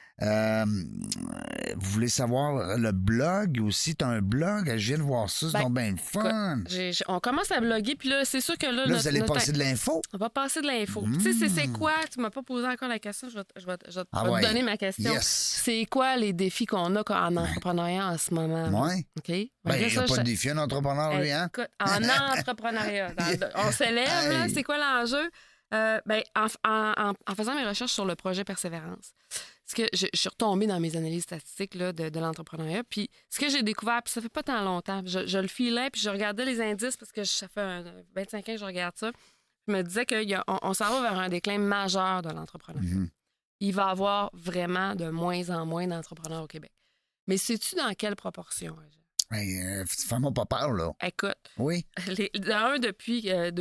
Vous voulez savoir le blog aussi? T'as un blog? Je viens de voir ça, c'est Ben, donc bien le fun. On commence à bloguer, puis là, c'est sûr que là... Là, vous allez passer de l'info? On va passer de l'info. Tu sais, c'est quoi? Tu m'as pas posé encore la question. Je vais ouais. te donner ma question. Yes. C'est quoi les défis qu'on a en entrepreneuriat en ce moment? Ouais. OK? Ben, Là, il n'y ça, a pas je- de défi, un entrepreneur, lui, hein? Écoute, en entrepreneuriat, on s'élève, là, Hey. c'est quoi l'enjeu? Ben, en faisant mes recherches sur le projet Persévérance, ce que je suis retombée dans mes analyses statistiques là, de l'entrepreneuriat, puis ce que j'ai découvert, puis ça fait pas tant longtemps, je le filais, puis je regardais les indices, parce que ça fait 25 ans que je regarde ça, je me disais qu'on s'en va vers un déclin majeur de l'entrepreneuriat. Mhm. Il va y avoir vraiment de moins en moins d'entrepreneurs au Québec. Mais sais-tu dans quelle proportion? Hey, fais-moi pas peur, là. Écoute, Oui. depuis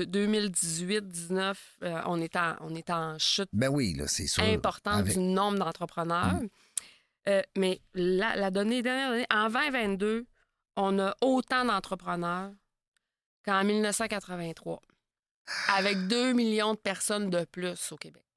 2018-19, on est en chute Ben oui, là, c'est sûr. importante Avec- du nombre d'entrepreneurs. Mais la dernière donnée, en 2022, on a autant d'entrepreneurs qu'en 1983, avec 2 millions de personnes de plus au Québec.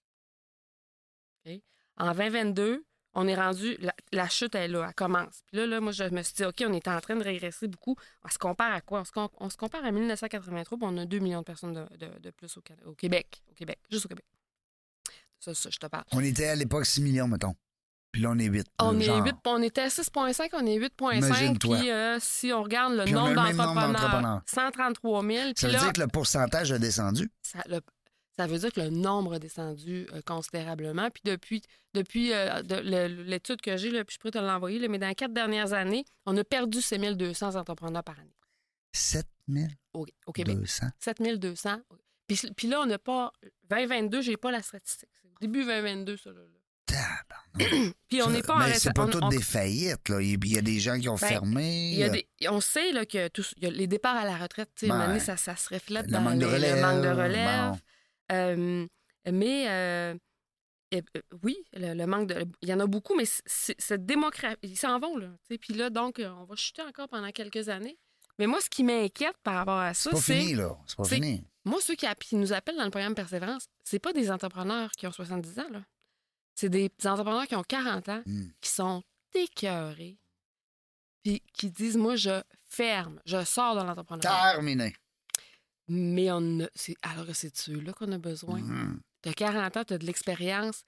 OK? En 2022, on est rendu... La chute est là, elle commence. Puis là, moi, je me suis dit, OK, on est en train de régresser beaucoup. On se compare à quoi? On se compare à 1983, puis on a 2 millions de personnes de plus au Québec. Juste au Québec. Ça, je te parle. On était à l'époque 6 millions, mettons. Puis là, on est 8. On est genre. 8, on était à 6,5, on est 8,5. Imagine-toi. Puis si on regarde le Puis on a nombre le même nombre d'entrepreneurs, d'entrepreneurs. 133 000. Ça Puis veut là, dire que le pourcentage a descendu. ça veut dire que le nombre a descendu considérablement. Puis depuis l'étude que j'ai, là, puis je pourrais te l'envoyer, là, mais dans les 4 dernières années, on a perdu 7 200 entrepreneurs par année 7 au Québec. 200. 7 200. Puis là, on n'a pas... 2022, j'ai pas la statistique. C'est début 2022, ça, là. Tabarnak. Puis on n'est pas en Mais c'est pas on- toutes on- des faillites, là. Il y a des gens qui ont Ben, fermé. Il y a on sait là, que il y a les départs à la retraite, tu sais, Ben, à un moment donné, ça se reflète le dans manque de relève. le manque de relève. Bon. Mais oui, le manque de... Il y en a beaucoup, mais cette démocratie... Ils s'en vont, là. Tu sais. Puis là, donc, on va chuter encore pendant quelques années. Mais moi, ce qui m'inquiète par rapport à ça, C'est pas fini, là. C'est pas c'est- fini. Moi, ceux qui nous appellent dans le programme Persévérance, c'est pas des entrepreneurs qui ont 70 ans, là. C'est des entrepreneurs qui ont 40 ans, qui sont écœurés, puis qui disent, moi, je ferme, je sors de l'entrepreneuriat. Terminé. Mais alors que c'est de ceux-là qu'on a besoin. Tu as 40 ans, tu as de l'expérience.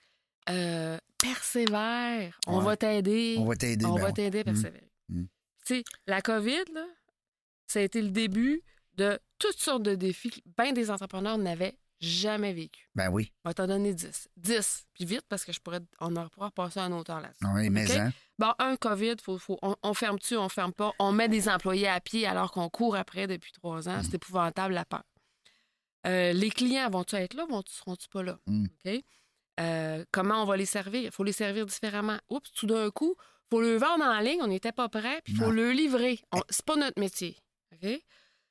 Persévère. On Ouais. va t'aider. On va t'aider. On ben va oui. t'aider à persévérer. Mm. Tu sais, la COVID, là, ça a été le début de toutes sortes de défis que bien des entrepreneurs n'avaient jamais vécu. Ben oui. On va t'en donner 10. 10. Puis vite, parce que on aurait pouvoir passer un autre temps là-dessus. Oui, mais OK? hein. Bon, COVID, on ferme-tu, on ferme pas. On met des employés à pied alors qu'on court après depuis 3 ans. C'est épouvantable, la peur. Les clients, vont-tu être là? Seront-tu pas là? OK? Comment on va les servir? Il faut les servir différemment. Oups, tout d'un coup, il faut le vendre en ligne. On n'était pas prêt, puis il faut le livrer. C'est pas notre métier. OK?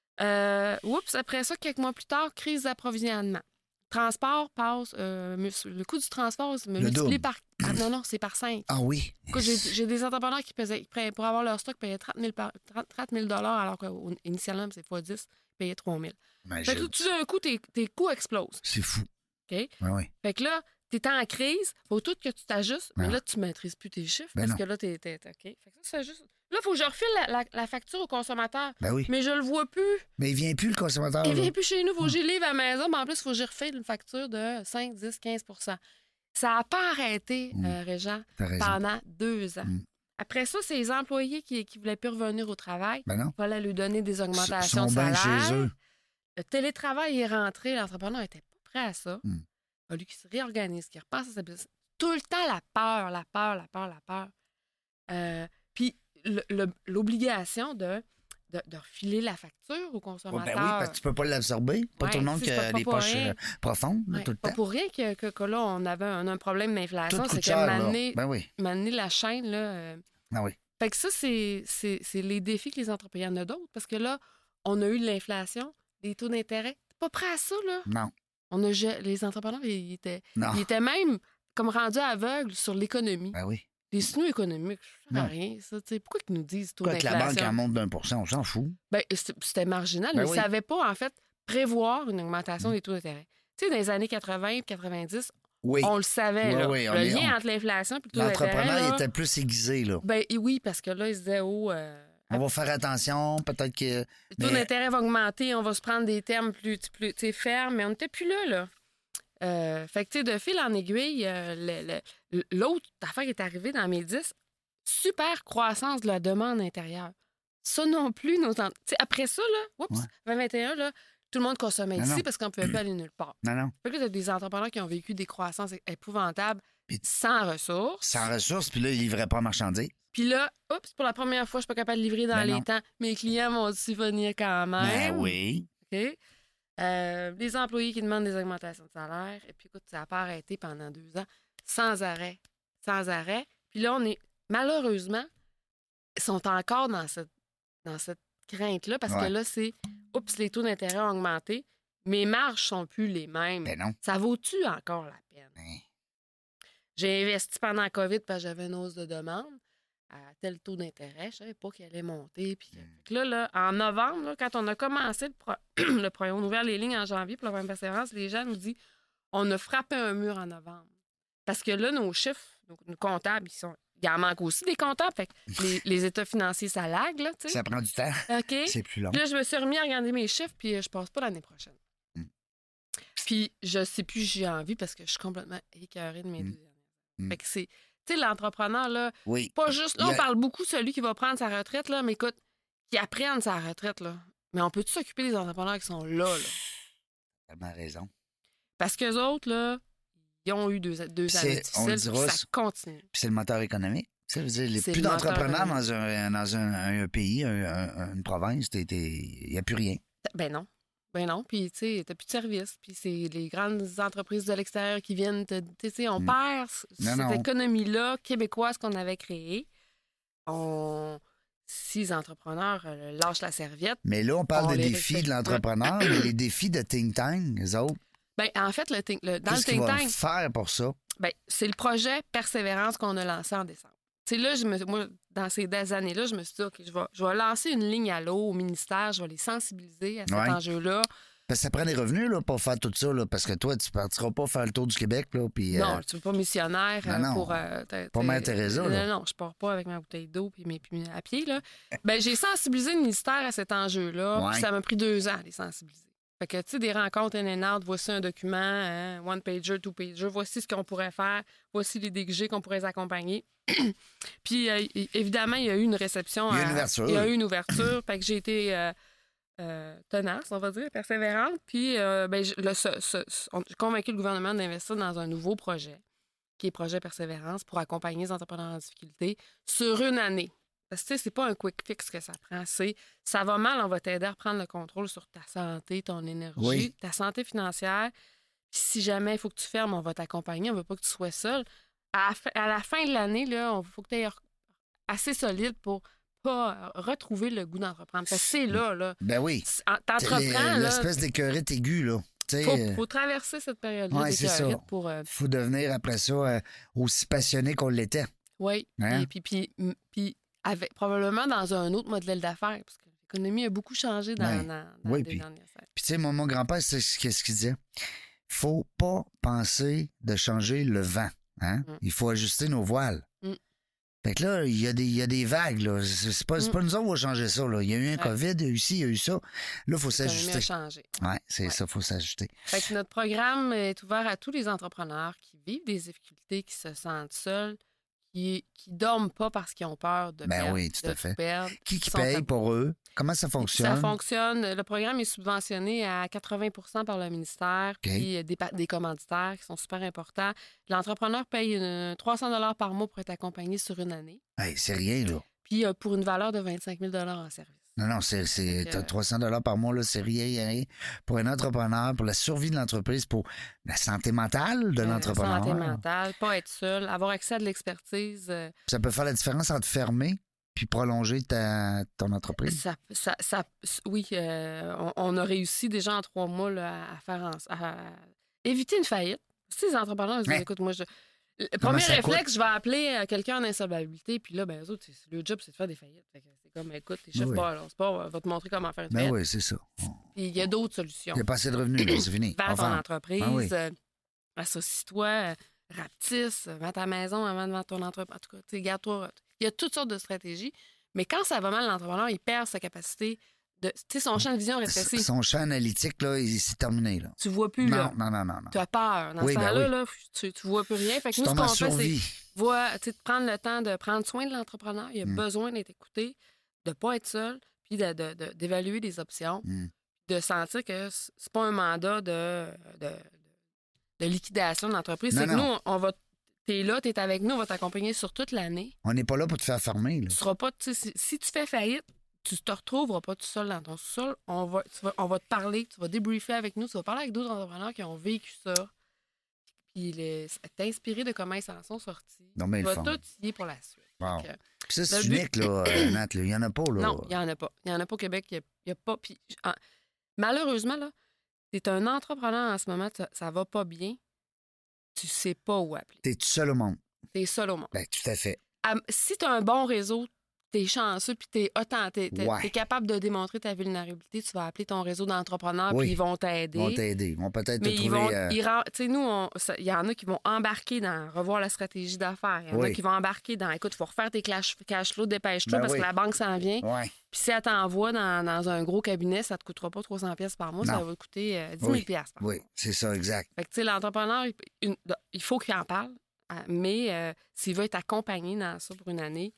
Oups, après ça, quelques mois plus tard, crise d'approvisionnement. Transport passe, le coût du transport me multiplie par... non, c'est par 5. Ah oui? Écoute, j'ai des entrepreneurs qui pour avoir leur stock, payaient 30 000 alors qu'initialement, c'est x10, ils payaient 3 000. Fait que tout d'un coup, tes coûts explosent. C'est fou. OK? Oui. Fait que là, t'es en crise, faut tout que tu t'ajustes, mais là, tu maîtrises plus tes chiffres parce que là, t'es OK. Fait que ça, c'est juste... Là, il faut que je refile la facture au consommateur. Ben oui. Mais je le vois plus. Mais il vient plus, le consommateur. Il vient plus chez nous. Il faut que j'y livre à la maison, mais en plus, il faut que j'y refile une facture de 5, 10, 15 Ça n'a pas arrêté, Régent, pendant 2 ans. Après ça, c'est les employés qui ne voulaient plus revenir au travail. Ben non. Il fallait lui donner des augmentations de salaire. Chez eux. Le télétravail est rentré. L'entrepreneur n'était pas prêt à ça. Il a fallu qu'il se réorganise, qu'il repasse à sa business. Tout le temps, la peur. Puis l'obligation de refiler la facture au consommateur. Ben oui, parce que tu peux pas l'absorber. Pas tout le monde qui a les poches profondes, tout le temps. Pas pour rien que là, on avait un problème d'inflation. C'est que m'amener la chaîne, là... oui. Fait que ça, c'est les défis que les entrepreneurs... Il y en a d'autres, parce que là, on a eu de l'inflation, des taux d'intérêt. T'es pas prêt à ça, là? Non. Les entrepreneurs, ils étaient même comme rendus aveugles sur l'économie. Ben oui. Les signaux économiques, ça ne sert à rien, ça. Pourquoi ils nous disent taux d'inflation? Pourquoi que la banque en monte d'1 %, on s'en fout. Ben, c'était marginal, mais ils ne savaient pas, en fait, prévoir une augmentation des taux d'intérêt. Tu sais, dans les années 80 et 90, on le savait. Là. Le lien entre l'inflation et le taux d'intérêt. L'entrepreneur était plus aiguisé. Là. Ben, oui, parce que là, il se disait, on va faire attention, peut-être que... Le taux d'intérêt va augmenter, on va se prendre des termes plus fermes, mais on n'était plus là. Fait que, tu sais, de fil en aiguille, l'autre affaire qui est arrivée dans mes 10, super croissance de la demande intérieure. Ça non plus, après ça, là, 2021, là, tout le monde consommait ici parce qu'on ne pouvait pas aller nulle part. Non. Fait que là, il y a des entrepreneurs qui ont vécu des croissances épouvantables, sans ressources. Sans ressources, puis là, ils ne livraient pas en marchandises. Puis là, pour la première fois, je ne suis pas capable de livrer dans les temps. Mes clients vont subvenir quand même. Ben oui. OK. Les employés qui demandent des augmentations de salaire. Et puis, écoute, ça n'a pas arrêté pendant 2 ans. Sans arrêt. Puis là, malheureusement, ils sont encore dans cette crainte-là parce que là, les taux d'intérêt ont augmenté. Mes marges sont plus les mêmes. Ben non. Ça vaut-tu encore la peine? J'ai investi pendant la COVID parce que j'avais une hausse de demande à tel taux d'intérêt. Je ne savais pas qu'il allait monter. Puis là, en novembre, là, quand on a commencé le projet, on a ouvert les lignes en janvier pour la première persévérance, les gens nous disent on a frappé un mur en novembre. Parce que là, nos chiffres, nos comptables, il en manque aussi des comptables. Fait que les états financiers, ça lag. Là, ça prend du temps. OK. C'est plus long. Puis là, je me suis remis à regarder mes chiffres, puis je passe pas l'année prochaine. Puis je sais plus j'ai envie parce que je suis complètement écœurée de mes 2 dernières. Fait que c'est... Tu sais, l'entrepreneur, là, pas juste... Là, on parle beaucoup de celui qui va prendre sa retraite, là, mais écoute, qui apprenne sa retraite, là. Mais on peut-tu s'occuper des entrepreneurs qui sont là? T'as bien raison. Parce qu'eux autres, là, ils ont eu 2 années difficiles, ça continue. Puis c'est le moteur économique. Ça veut dire, plus d'entrepreneurs dans un pays, une province, il n'y a plus rien. Ben non. Puis, tu sais, t'as plus de service. Puis, c'est les grandes entreprises de l'extérieur qui viennent tu sais, on perd cette économie-là québécoise qu'on avait créée. Si les entrepreneurs lâchent la serviette... Mais là, on parle des défis de l'entrepreneur, mais les défis de think tank, les autres. Bien, en fait, dans le think tank... Qu'est-ce qu'ils vont faire pour ça? Bien, c'est le projet Persévérance qu'on a lancé en décembre. Tu sais, là, moi, dans ces années-là, je me suis dit, OK, je vais lancer une ligne à l'eau au ministère, je vais les sensibiliser à cet enjeu-là. Parce que ça prend des revenus là, pour faire tout ça, là, parce que toi, tu ne partiras pas faire le tour du Québec. Là, puis, non, tu ne veux pas missionnaire pour... pas Mère Teresa. Non, je ne pars pas avec ma bouteille d'eau et mes à pied. Là. Ben, j'ai sensibilisé le ministère à cet enjeu-là, puis ça m'a pris 2 ans à les sensibiliser. Fait que, tu sais, des rencontres in and out, voici un document, one-pager, two-pager, voici ce qu'on pourrait faire, voici les DG qu'on pourrait les accompagner. Puis, évidemment, il y a eu une réception. Il y a eu une ouverture. Il y a eu une ouverture. Fait que j'ai été tenace, on va dire, persévérante. Puis, j'ai convaincu le gouvernement d'investir dans un nouveau projet, qui est Projet Persévérance, pour accompagner les entrepreneurs en difficulté sur une année. Parce que, tu sais, c'est pas un quick fix que ça prend. Ça va mal, on va t'aider à reprendre le contrôle sur ta santé, ton énergie, ta santé financière. Puis si jamais il faut que tu fermes, on va t'accompagner. On veut pas que tu sois seul. À la fin de l'année, il faut que tu aies assez solide pour pas retrouver le goût d'entreprendre. Parce que c'est là. Ben oui. T'entreprends, là. L'espèce d'écœurite aiguë, là. Faut traverser cette période-là d'écœurite pour... faut devenir, après ça, aussi passionné qu'on l'était. Oui. Hein? Puis avec, probablement dans un autre modèle d'affaires, parce que l'économie a beaucoup changé dans les dernières années. Puis tu sais, mon grand-père, c'est ce qu'il disait. Faut pas penser de changer le vent. Hein? Il faut ajuster nos voiles. Fait que là, il y a des vagues. Là. C'est pas nous autres qui va changer ça. Là. Il y a eu un COVID, il y a eu ci, il y a eu ça. Là, il faut s'ajuster. Oui, c'est ça, il faut s'ajuster. Fait que notre programme est ouvert à tous les entrepreneurs qui vivent des difficultés, qui se sentent seuls, qui dorment pas parce qu'ils ont peur de perdre. Oui, tout à fait. Perdre, qui paye pour eux? Comment ça fonctionne? Ça fonctionne. Le programme est subventionné à 80 par le ministère, puis des commanditaires qui sont super importants. L'entrepreneur paye 300 $ par mois pour être accompagné sur une année. Hey, c'est rien, là. Puis pour une valeur de 25 000 $ en service. Non, c'est 300 $ par mois, là, c'est rien. Pour un entrepreneur, pour la survie de l'entreprise, pour la santé mentale de l'entrepreneur. Santé mentale, pas être seul, avoir accès à de l'expertise. Ça peut faire la différence entre fermer puis prolonger ton entreprise? Oui, on a réussi déjà en 3 mois là, à éviter une faillite. Si les entrepreneurs disent, écoute, moi, le premier réflexe, je vais appeler quelqu'un en insolvabilité, puis là, ben, eux autres, le job, c'est de faire des faillites. C'est comme, écoute, tes chefs, c'est pas, on va te montrer comment faire une faillite. Oui, c'est ça. Puis il y a d'autres solutions. Il n'y a pas assez de revenus, là, c'est fini. Vends ton entreprise, associe-toi, rapetisse, vends ta maison avant de vendre ton entreprise. En tout cas, garde-toi. Il y a toutes sortes de stratégies, mais quand ça va mal, l'entrepreneur, il perd sa capacité de. Tu sais, son champ de vision rétrécit. Son champ analytique, là, c'est terminé, là. Tu vois plus, là. Non. Tu as peur. Dans ce temps-là, tu vois plus rien. Fait que nous, ce qu'on fait, c'est de prendre le temps de prendre soin de l'entrepreneur. Il a besoin d'être écouté, de ne pas être seul, puis d'évaluer des options, de sentir que c'est pas un mandat de liquidation de l'entreprise. C'est que nous, on va. T'es là, t'es avec nous, on va t'accompagner sur toute l'année. On n'est pas là pour te faire fermer. Là. Tu seras pas. Si tu fais faillite, tu te retrouveras pas tout seul dans ton sous-sol. On va te parler, tu vas débriefer avec nous, tu vas parler avec d'autres entrepreneurs qui ont vécu ça. Puis t'inspirer de comment ils s'en sont sortis. Non, mais tu vas tout y est pour la suite. Wow. Puis ça, c'est unique, là, Nat. Il n'y en a pas, là. Non, il n'y en a pas. Il n'y en a pas au Québec. Il y a pas. Puis, malheureusement, là, t'es un entrepreneur en ce moment, ça va pas bien. Tu sais pas où appeler. T'es tout seul au monde. T'es seul au monde. Ben, tout à fait. Si t'as un bon réseau, t'es chanceux, puis t'es capable de démontrer ta vulnérabilité, tu vas appeler ton réseau d'entrepreneurs, puis ils vont t'aider. Ils vont peut-être te trouver... Tu sais, nous, il y en a qui vont embarquer dans revoir la stratégie d'affaires. Il y en a qui vont embarquer dans, écoute, il faut refaire tes cash flow, dépêche-toi, parce que la banque s'en vient. Puis si elle t'envoie dans un gros cabinet, ça te coûtera pas 300 $ par mois, ça va te coûter 10 000 $ par mois. Oui, c'est ça, exact. Fait que, tu sais, l'entrepreneur, il faut qu'il en parle, mais s'il veut être accompagné dans ça pour une année,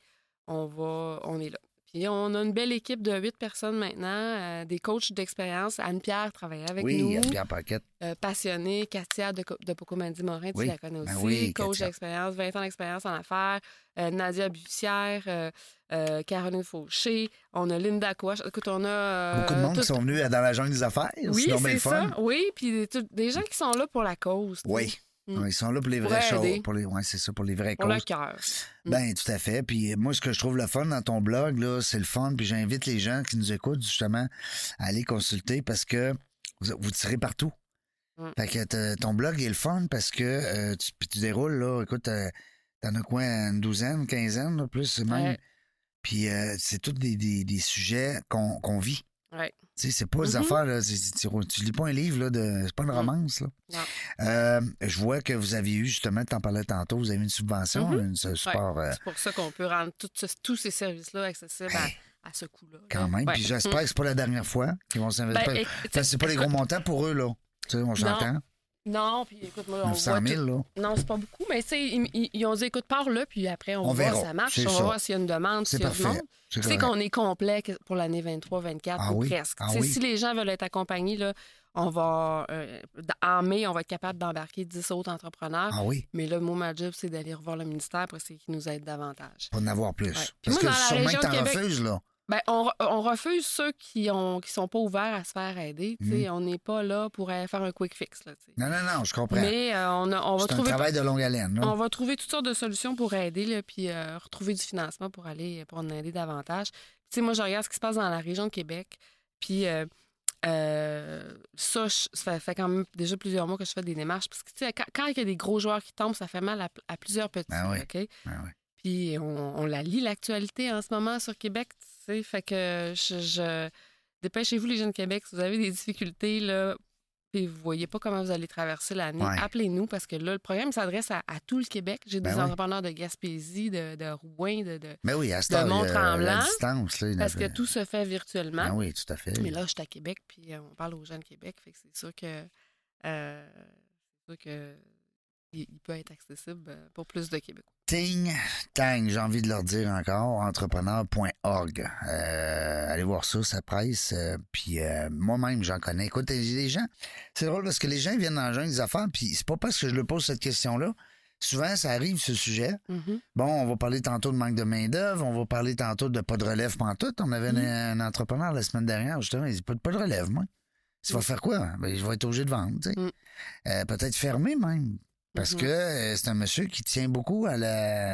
on est là. Puis on a une belle équipe de 8 personnes maintenant, des coachs d'expérience. Anne-Pierre travaille avec nous. Oui, Anne-Pierre Paquette. Passionnée. Katia de Pocomandi-Morin, tu la connais aussi. Coach d'expérience, 20 ans d'expérience en affaires. Nadia Bussière, Caroline Fauché. On a Linda Kouach. Écoute, on a... beaucoup de monde qui sont venus dans la jungle des affaires. Oui, c'est ça. Oui, puis des gens qui sont là pour la cause. Oui. Ils sont là pour les vraies choses. C'est ça, pour les vraies causes. Pour le cœur. Bien, tout à fait. Puis moi, ce que je trouve le fun dans ton blog, là, c'est le fun. Puis j'invite les gens qui nous écoutent, justement, à aller consulter parce que vous tirez partout. Fait que ton blog est le fun parce que tu déroules, là, écoute, t'en as quoi, une douzaine, une quinzaine, là, plus même. Ouais. Puis c'est tous des sujets qu'on vit. Ouais. Tu sais, c'est pas des affaires, là, tu lis pas un livre, là, c'est pas une romance, là. Non. Je vois que vous avez eu, justement, tu en parlais tantôt, vous avez eu une subvention, une support... C'est pour ça qu'on peut rendre tous ces services-là accessibles à ce coût-là. Quand même, puis j'espère que c'est pas la dernière fois qu'ils vont s'investir. C'est pas les gros montants pour eux, là. Tu sais, on s'entend. Non, puis écoute, moi, on 900 voit 000, là. Non, c'est pas beaucoup, mais tu sais, ils ont dit, écoute, pars-là, puis après, on va verra. voir si ça marche. C'est On va ça. voir s'il y a une demande, C'est s'il y a du parfait. monde. C'est Tu sais correct. qu'on est complet pour l'année 23-24 Ah ou oui? presque. Ah Tu sais, oui? Si les gens veulent être accompagnés, là, on va, en mai, on va être capable d'embarquer 10 autres entrepreneurs. Ah oui? Mais là, moi, ma job, c'est d'aller revoir le ministère pour essayer qu'ils nous aident davantage. Pour en avoir plus. Ouais. Puis Parce moi, que dans la sûrement région que de t'en Québec- refuses, là. Ben, on refuse ceux qui sont pas ouverts à se faire aider. Tu sais, On n'est pas là pour aller faire un quick fix. Là, tu sais. Non, je comprends. Mais on va C'est un trouver travail de longue haleine, là. on va trouver toutes sortes de solutions pour aider, là, puis retrouver du financement pour en aider davantage. Tu sais, moi, je regarde ce qui se passe dans la région de Québec, puis ça fait quand même déjà plusieurs mois que je fais des démarches, parce que, tu sais, quand il y a des gros joueurs qui tombent, ça fait mal à plusieurs petits, Ben oui. OK? Ben oui. Puis on la lit, l'actualité, en ce moment, sur Québec, tu sais, fait que dépêchez-vous, les jeunes de Québec, si vous avez des difficultés, là, puis vous voyez pas comment vous allez traverser l'année, Ouais. appelez-nous, parce que là, le programme s'adresse à tout le Québec. J'ai Ben des oui. entrepreneurs de Gaspésie, de Rouen, Mais oui, à cette de heure, Mont-Tremblant, la distance, là. il y en parce que avait- tout se fait virtuellement. Ben oui, tout à fait. Mais là, je suis à Québec, puis on parle aux gens de Québec, fait que c'est sûr que il peut être accessible pour plus de Québécois. Ting, tang, j'ai envie de leur dire encore, entrepreneur.org. Allez voir ça presse. Puis moi-même, j'en connais. Écoute, les gens, c'est drôle parce que les gens viennent dans le jungle des affaires, puis c'est pas parce que je leur pose cette question-là. Souvent, ça arrive, ce sujet. Mhm. Bon, on va parler tantôt de manque de main-d'œuvre, on va parler tantôt de pas de relève pantoute. On avait un entrepreneur la semaine dernière, justement, il dit pas de relève, moi. Tu vas faire quoi? Ben, je vais être obligé de vendre, tu sais. Peut-être fermer même. Parce que c'est un monsieur qui tient beaucoup à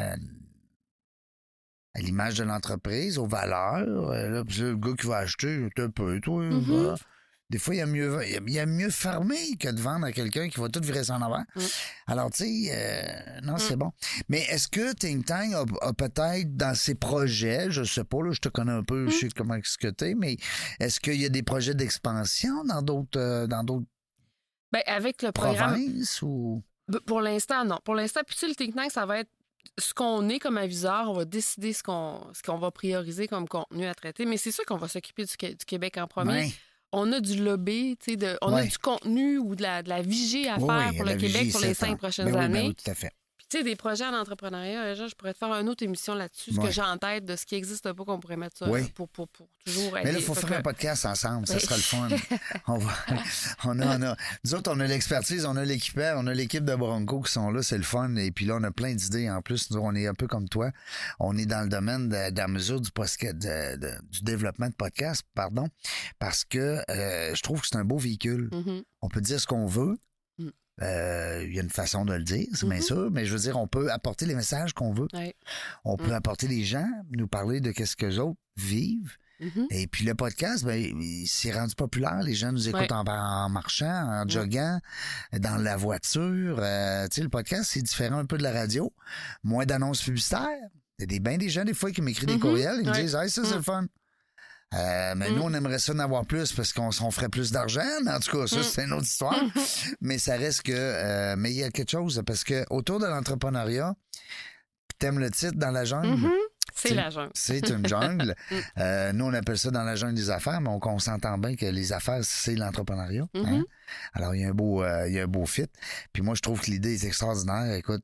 l'image de l'entreprise, aux valeurs. Là, puis le gars qui va acheter, un peu, toi. Va. Des fois, il y a mieux fermer que de vendre à quelqu'un qui va tout virer son avant. Alors, tu sais, non, c'est bon. Mais est-ce que Think Tank a peut-être dans ses projets, je sais pas, là, je te connais un peu, je sais comment ce que t'es, mais est-ce qu'il y a des projets d'expansion dans d'autres Ben, avec le programme. provinces ou... Pour l'instant, non. Pour l'instant, puis tu sais, le think tank, ça va être ce qu'on est comme aviseur. On va décider ce qu'on va prioriser comme contenu à traiter. Mais c'est sûr qu'on va s'occuper du Québec en premier. Ouais. On a du lobby, tu sais, on a du contenu ou de la vigie à faire pour le Québec pour les 5 prochaines années. Oui, tout à fait. Puis, tu sais, des projets en entrepreneuriat, je pourrais te faire une autre émission là-dessus, ce que j'ai en tête de ce qui n'existe pas, qu'on pourrait mettre ça pour toujours aider. Mais là, il faut faire un podcast ensemble, ça sera le fun. On a, nous autres, on a l'expertise, on a l'équipement, on a l'équipe de Bronco qui sont là, c'est le fun. Et puis là, on a plein d'idées en plus. Nous, on est un peu comme toi. On est dans le domaine de la mesure du développement de podcast, parce que je trouve que c'est un beau véhicule. On peut dire ce qu'on veut. Il y a une façon de le dire, c'est bien sûr, mais je veux dire, on peut apporter les messages qu'on veut. Ouais. On peut apporter les gens, nous parler de qu'est-ce qu'eux autres vivent. Et puis le podcast, ben, il s'est rendu populaire. Les gens nous écoutent en marchant, en joguant, dans la voiture. Tu sais, le podcast, c'est différent un peu de la radio. Moins d'annonces publicitaires. Il y a bien des gens, des fois, qui m'écrivent des courriels. Ils me disent « Hey, ça, c'est le fun ». Mais nous, on aimerait ça en avoir plus parce qu'on ferait plus d'argent. Mais en tout cas, ça, c'est une autre histoire. Mais ça reste que... mais il y a quelque chose, parce que autour de l'entrepreneuriat, t'aimes le titre dans la jungle? C'est la jungle. C'est une jungle. Nous, on appelle ça dans la jungle des affaires, mais on s'entend bien que les affaires, c'est l'entrepreneuriat. Hein? Alors, il y a un beau fit. Puis moi, je trouve que l'idée est extraordinaire. Écoute,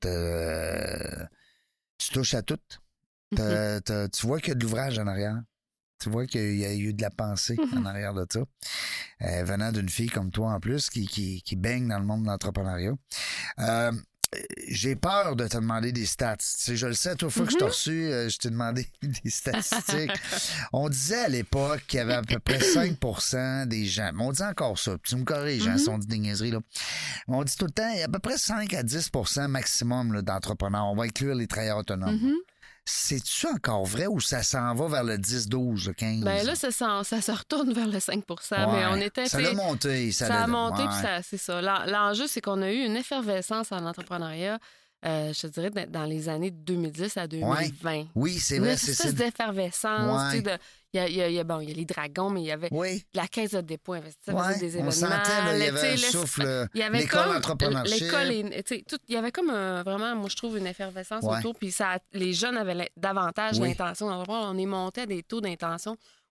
tu touches à tout. Tu vois qu'il y a de l'ouvrage en arrière. Tu vois qu'il y a eu de la pensée en arrière de ça. Venant d'une fille comme toi en plus qui baigne dans le monde de l'entrepreneuriat. J'ai peur de te demander des stats. Tu sais, je le sais, toi, fois que je t'ai reçu, je t'ai demandé des statistiques. On disait à l'époque qu'il y avait à peu près 5% des gens. Mais on dit encore ça. Tu me corriges, si on dit des niaiseries, là. Mais on dit tout le temps, il y a à peu près 5 à 10% maximum là, d'entrepreneurs. On va inclure les travailleurs autonomes. C'est-tu encore vrai ou ça s'en va vers le 10, 12, le 15? Ben là, ça se retourne vers le 5 mais on était... Ça a monté. Ça a monté, puis c'est ça. L'enjeu, c'est qu'on a eu une effervescence en entrepreneuriat, je te dirais, dans les années 2010 à 2020. Oui, c'est vrai. Une espèce d'effervescence. Il y a les dragons, mais il y avait la Caisse de dépôt investissement, des événements. On sentait, là, il y avait un souffle, l'école entrepreneurship. Il y avait comme vraiment, moi, je trouve, une effervescence autour. Puis les jeunes avaient davantage l'intention d'entreprendre. On est monté à des taux d'intention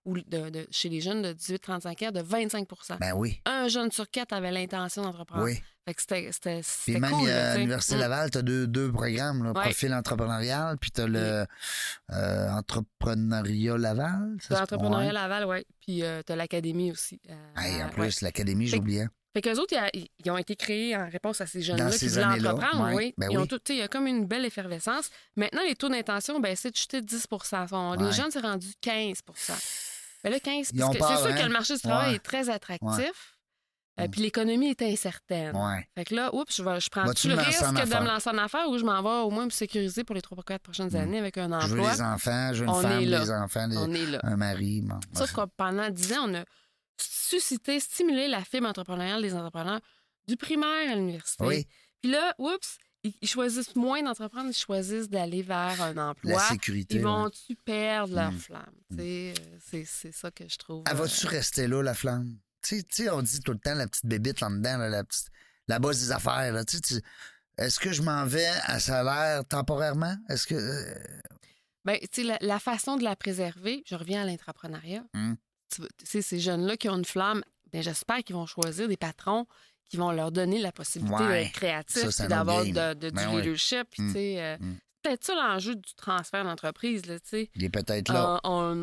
ou chez les jeunes de 18-35 ans de 25 %. Ben oui. Un jeune sur 4 avait l'intention d'entreprendre. Oui. Fait que c'était Puis même cool. à l'Université Laval, tu as deux programmes, là, profil entrepreneurial, puis tu as le entrepreneuriat Laval. L'entrepreneuriat Laval, oui. Puis tu as l'académie aussi. En plus, l'académie, j'oubliais. Fait qu'eux autres, ils ont été créés en réponse à ces jeunes-là qui voulaient entreprendre. Oui. Ben ils ont tout, il y a comme une belle effervescence. Maintenant, les taux d'intention, c'est de chuter de 10 Les jeunes, c'est rendu 15 Ben là, 15 c'est sûr que le marché du travail est très attractif. Puis l'économie est incertaine. Fait que là, je prends-tu le risque de me lancer en affaires ou je m'en vais au moins me sécuriser pour les 3-4 prochaines années avec un emploi? Je veux des enfants, je veux une femme, des enfants, un mari. Bon. Sauf que pendant 10 ans, on a stimulé la fibre entrepreneuriale des entrepreneurs du primaire à l'université. Oui. Puis là, ils choisissent moins d'entreprendre, ils choisissent d'aller vers un emploi. La sécurité. Ils vont-tu perdre leur flamme? C'est ça que je trouve. Elle va-tu rester là, la flamme? Tu sais, on dit tout le temps la petite bébite là-dedans, là, la base des affaires. Là, est-ce que je m'en vais à salaire temporairement? Est-ce que... la façon de la préserver, je reviens à l'entrepreneuriat. Ces jeunes-là qui ont une flamme, j'espère qu'ils vont choisir des patrons qui vont leur donner la possibilité d'être créatifs et d'avoir du leadership. C'est peut-être ça l'enjeu du transfert d'entreprise. Là, il est peut-être là. On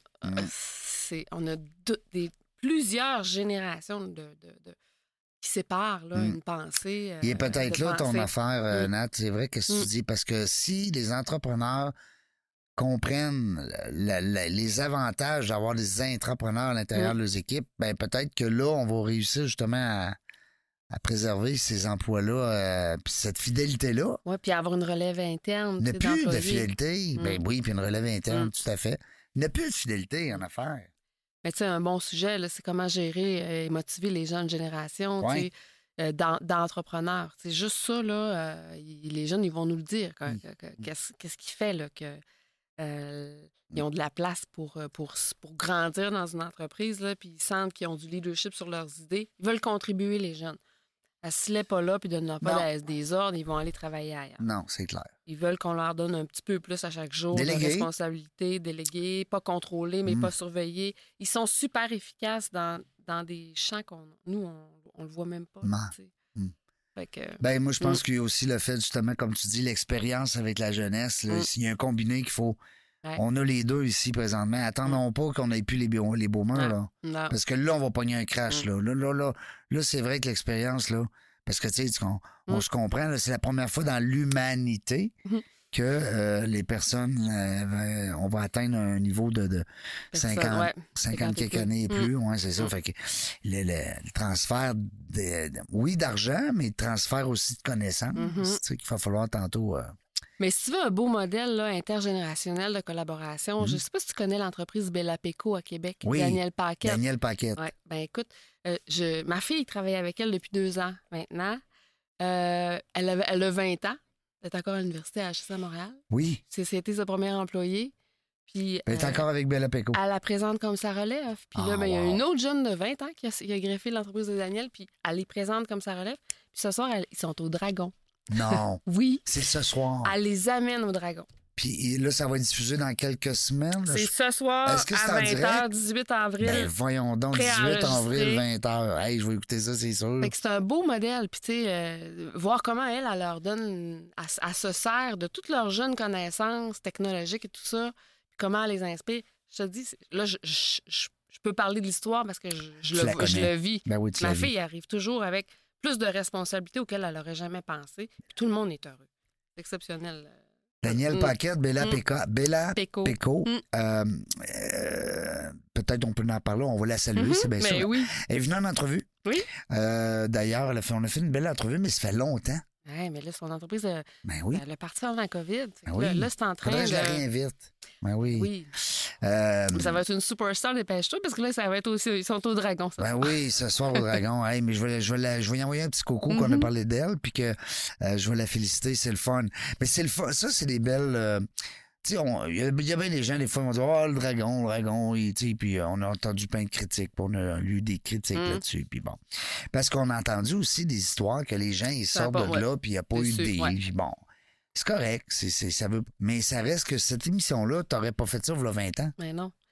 a plusieurs générations qui séparent une pensée. Il est peut-être là ton affaire, Nat. C'est vrai que tu dis, parce que si les entrepreneurs comprennent les avantages d'avoir des intrapreneurs à l'intérieur de leurs équipes, peut-être que là, on va réussir justement à préserver ces emplois-là, puis cette fidélité-là. Oui, puis avoir une relève interne. Il n'y a plus de fidélité. Oui, puis une relève interne, tout à fait. Il n'y a plus de fidélité en affaires. Mais tu sais, un bon sujet, là, c'est comment gérer et motiver les jeunes générations d'entrepreneurs. C'est juste ça, là, les jeunes, ils vont nous le dire. Qu'est-ce qui fait là, que ils ont de la place pour grandir dans une entreprise, là, puis ils sentent qu'ils ont du leadership sur leurs idées. Ils veulent contribuer, les jeunes. Assis-les pas là, puis donnent-leur pas des ordres, ils vont aller travailler ailleurs. Non, c'est clair. Ils veulent qu'on leur donne un petit peu plus à chaque jour de responsabilité, déléguer, pas contrôler, mais pas surveiller. Ils sont super efficaces dans des champs nous, on le voit même pas. Moi, je pense qu'il y a aussi le fait, justement, comme tu dis, l'expérience avec la jeunesse. S'il y a un combiné qu'il faut... On a les deux ici présentement. Attendons pas qu'on ait plus les boomers, là. Non. Parce que là, on va pogner un crash, là. Là, c'est vrai que l'expérience, là... Parce que, tu sais, on se comprend, là, c'est la première fois dans l'humanité que les personnes... on va atteindre un niveau de 50 quelques années et plus. C'est ça. Fait que le transfert, d'argent, mais le transfert aussi de connaissances. Tu sais qu'il va falloir tantôt... Mais si tu veux un beau modèle là, intergénérationnel de collaboration, je ne sais pas si tu connais l'entreprise Bella Peco à Québec, Daniel Paquette. Daniel Paquette. Oui, écoute, ma fille travaille avec elle depuis 2 ans maintenant. Elle a 20 ans. Elle est encore à l'université à HEC à Montréal. Oui. C'était sa première employée. Puis, elle est encore avec Bella Peco. Elle la présente comme sa relève. Puis là, il y a une autre jeune de 20 ans qui a greffé l'entreprise de Daniel, puis elle les présente comme sa relève. Puis ce soir, ils sont au Dragon. Non. Oui. C'est ce soir. Elle les amène au Dragon. Puis là, ça va être diffusé dans quelques semaines. C'est ce soir à 20h, 18 avril. Voyons donc, 18 avril, 20h. Hey, je vais écouter ça, c'est sûr. Fait que c'est un beau modèle. Puis, tu sais, voir comment elle leur donne, elle se sert de toutes leurs jeunes connaissances technologiques et tout ça, puis comment elle les inspire. Je te dis, là, je peux parler de l'histoire parce que je le vis. Ben oui, ma fille arrive toujours avec plus de responsabilités auxquelles elle n'aurait jamais pensé. Puis tout le monde est heureux. C'est exceptionnel. Daniel Paquette, Bella Peco. Peut-être on peut en parler, on va la saluer, c'est bien sûr. Oui. Elle est venue en entrevue. Oui. D'ailleurs, on a fait une belle entrevue, mais ça fait longtemps. Oui, mais là, son entreprise, elle est partie avant la COVID. Oui. Là, c'est en train de... je la réinvite. Oui. Ça va être une superstar, dépêche-toi, parce que là, ça va être aussi... Ils sont au Dragon, ça. Oui, ce soir au Dragon. Hey, mais je vais y envoyer un petit coucou qu'on a parlé d'elle, puis que je vais la féliciter, c'est le fun. Mais c'est le fun. Ça, c'est des belles... tu sais, il y a bien des gens, des fois, ils vont dire « Oh, le dragon, puis on a entendu plein de critiques, puis on a lu des critiques là-dessus, puis bon. Parce qu'on a entendu aussi des histoires que les gens, ils sortent de là, puis il n'y a pas eu d'idée, puis bon. C'est correct, ça veut... mais ça reste que cette émission-là, t'aurais pas fait ça il y a 20 ans. Mais non.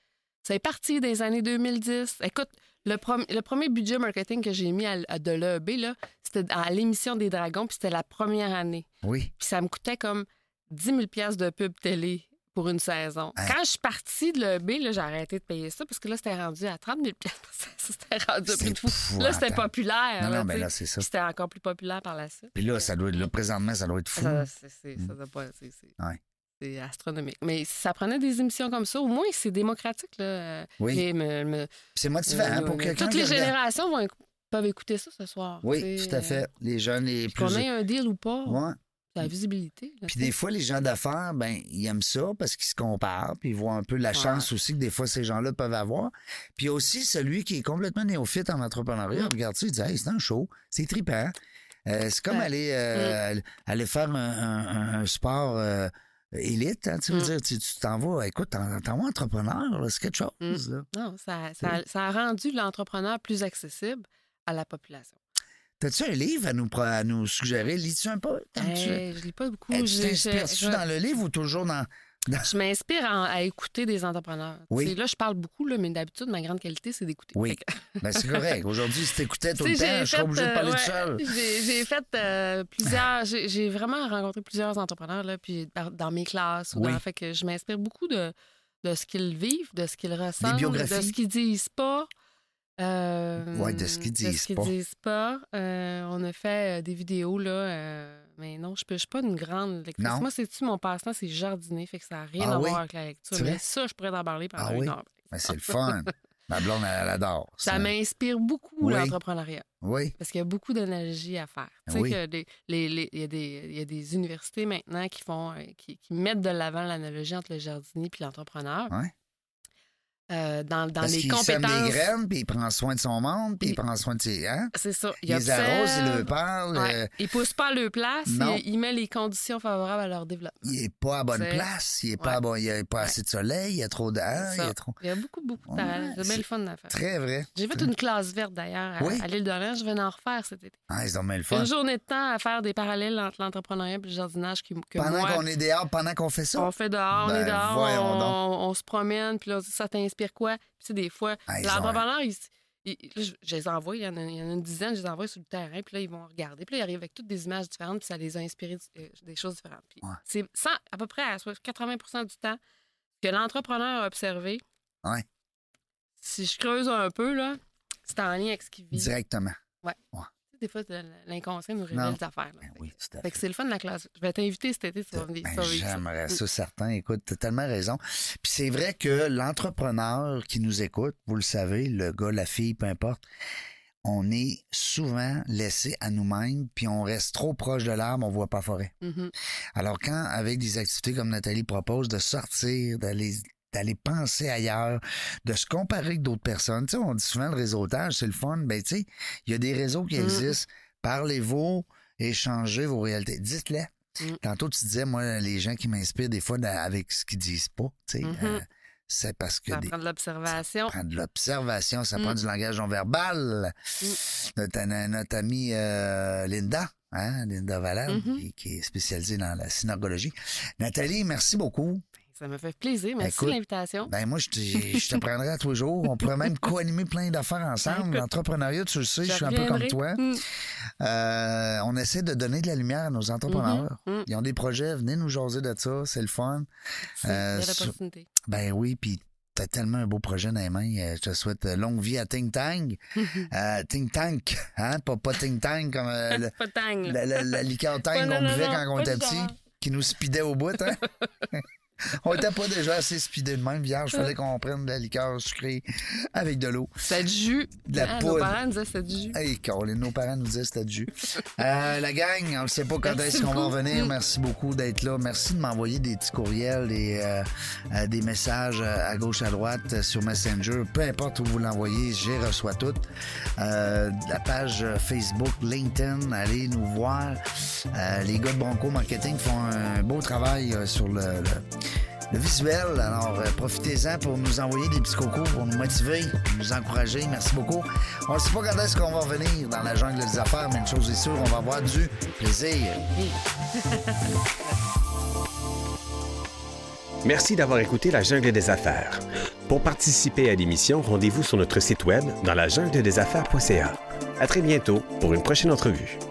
C'est parti des années 2010. Écoute, le premier budget marketing que j'ai mis de l'EB, là, c'était à l'émission des Dragons, puis c'était la première année. Oui. Puis ça me coûtait comme 10 000 $ de pub télé pour une saison. Hein? Quand je suis partie de l'EB, là, j'ai arrêté de payer ça parce que là, c'était rendu à 30 000 $. C'était rendu plus de fou. Là, c'était populaire. Non, mais là, c'est ça. Puis c'était encore plus populaire par la suite. Puis là, présentement, ça doit être fou. Ça doit pas... Ouais. C'est astronomique. Mais si ça prenait des émissions comme ça, au moins, c'est démocratique. Là. Oui. C'est motivant pour quelqu'un. Toutes les générations peuvent écouter ça ce soir. Oui, tout à fait. Les jeunes, les plus... Qu'on ait un deal ou pas, ouais. c'est la visibilité. Là, puis des fois, les gens d'affaires, ben ils aiment ça parce qu'ils se comparent, puis ils voient un peu la chance aussi que des fois, ces gens-là peuvent avoir. Puis aussi, celui qui est complètement néophyte en entrepreneuriat, regarde ça, il dit « Hey, c'est un show, c'est trippant. C'est comme aller faire un sport... élite, hein, tu veux dire, tu t'en vas, écoute, t'en vas entrepreneur, là, c'est quelque chose. Là. Non, ça a rendu l'entrepreneur plus accessible à la population. T'as-tu un livre à nous suggérer? Lis-tu un peu? Je lis pas beaucoup. Tu t'inspires-tu dans le livre ou toujours dans... Je m'inspire à écouter des entrepreneurs. Oui. là, je parle beaucoup, là, mais d'habitude, ma grande qualité, c'est d'écouter. Oui, ben, c'est correct. Aujourd'hui, si t'écoutais tout le temps, je serais obligée de parler tout seul. J'ai fait plusieurs... J'ai vraiment rencontré plusieurs entrepreneurs, là, puis dans mes classes. Fait que je m'inspire beaucoup de ce qu'ils vivent, de ce qu'ils ressentent, de ce qu'ils disent pas. De ce qu'ils disent pas. On a fait des vidéos, là... mais non, je suis pas une grande lectrice. Non. Moi, mon passe-temps, c'est jardiner, fait que ça n'a rien à voir avec la lecture. Mais ça, je pourrais en parler pendant une heure. Ben, c'est le fun. Ma blonde, elle adore. Ça m'inspire beaucoup, l'entrepreneuriat. Oui. Parce qu'il y a beaucoup d'analogies à faire. Tu sais il y a des universités maintenant qui mettent de l'avant l'analogie entre le jardinier et l'entrepreneur. Oui. Dans parce les qu'il compétences. Sème des graines, puis il prend soin de son monde, puis il prend soin de ses... Hein? C'est ça. Il les arrose, il leur parle. Il pousse pas à leur place, il met les conditions favorables à leur développement. Il n'est pas à bonne place, il n'y a pas assez de soleil, il y a trop d'air. Il y a beaucoup de talent. C'est bien le fun à faire. Très vrai. J'ai fait une classe verte, d'ailleurs, à l'île d'Orléans. Je vais en refaire cet été. C'est bien le fun. Une journée de temps à faire des parallèles entre l'entrepreneuriat et le jardinage. Qu'on est dehors, pendant qu'on fait ça? On fait dehors, on est dehors, on se promène, puis là, ça t'inspire quoi? Puis des fois, l'entrepreneur, je les envoie, il y en a une dizaine, je les envoie sur le terrain, puis là, ils vont regarder. Puis là, ils arrivent avec toutes des images différentes, puis ça les a inspirés des choses différentes. Puis c'est à peu près à 80 % du temps que l'entrepreneur a observé. Si je creuse un peu, là, c'est en lien avec ce qu'il vit. Directement. Ouais. Des fois, l'inconscient nous révèle des affaires. Là. Oui, tout à fait que c'est le fun de la classe. Je vais t'inviter cet été, tu vas venir. J'aimerais ça, certain. Écoute, tu as tellement raison. Puis c'est vrai que l'entrepreneur qui nous écoute, vous le savez, le gars, la fille, peu importe, on est souvent laissé à nous-mêmes, puis on reste trop proche de l'arbre, on voit pas forêt. Alors quand, avec des activités comme Nathalie propose, de sortir, d'aller penser ailleurs, de se comparer avec d'autres personnes. Tu sais, on dit souvent le réseautage, c'est le fun. Ben, tu sais, il y a des réseaux qui existent. Parlez-vous, échangez vos réalités. Dites-les. Tantôt, tu disais, moi, les gens qui m'inspirent des fois avec ce qu'ils disent pas, tu sais, c'est parce que... Ça prend de l'observation. Ça prend de l'observation, ça prend du langage non verbal. Notre amie Linda, Linda Valade, qui est spécialisée dans la synergologie. Nathalie, merci beaucoup. Ça me fait plaisir. Merci de l'invitation. Ben moi, je te prendrai à tous les jours. On pourrait même co-animer plein d'affaires ensemble. L'entrepreneuriat, tu le sais, je suis un peu comme toi. On essaie de donner de la lumière à nos entrepreneurs. Ils ont des projets, venez nous jaser de ça, c'est le fun. C'est l'opportunité. Ben oui, puis t'as tellement un beau projet dans les mains. Je te souhaite longue vie à Think Tank. Think Tank, hein? Pas Think Tank comme la liqueur Tank qu'on buvait quand on était petit, qui nous speedait au bout, hein? On n'était pas déjà assez speedé de même, vierge. Il fallait qu'on prenne de la liqueur sucrée avec de l'eau. C'était du jus. De la poudre. Nos parents nous disaient que c'était du jus. Hey, nos parents nous disaient que c'était du jus. La gang, on ne sait pas quand est-ce qu'on va revenir. Merci beaucoup d'être là. Merci de m'envoyer des petits courriels, des messages à gauche, à droite sur Messenger. Peu importe où vous l'envoyez, j'y reçois toutes. La page Facebook, LinkedIn, allez nous voir. Les gars de Bronco Marketing font un beau travail sur le visuel. Alors, profitez-en pour nous envoyer des petits cocos, pour nous motiver, nous encourager. Merci beaucoup. On ne sait pas quand est-ce qu'on va revenir dans la jungle des affaires, mais une chose est sûre, on va avoir du plaisir. Merci d'avoir écouté La Jungle des affaires. Pour participer à l'émission, rendez-vous sur notre site web dans la jungle des affaires.ca. À très bientôt pour une prochaine entrevue.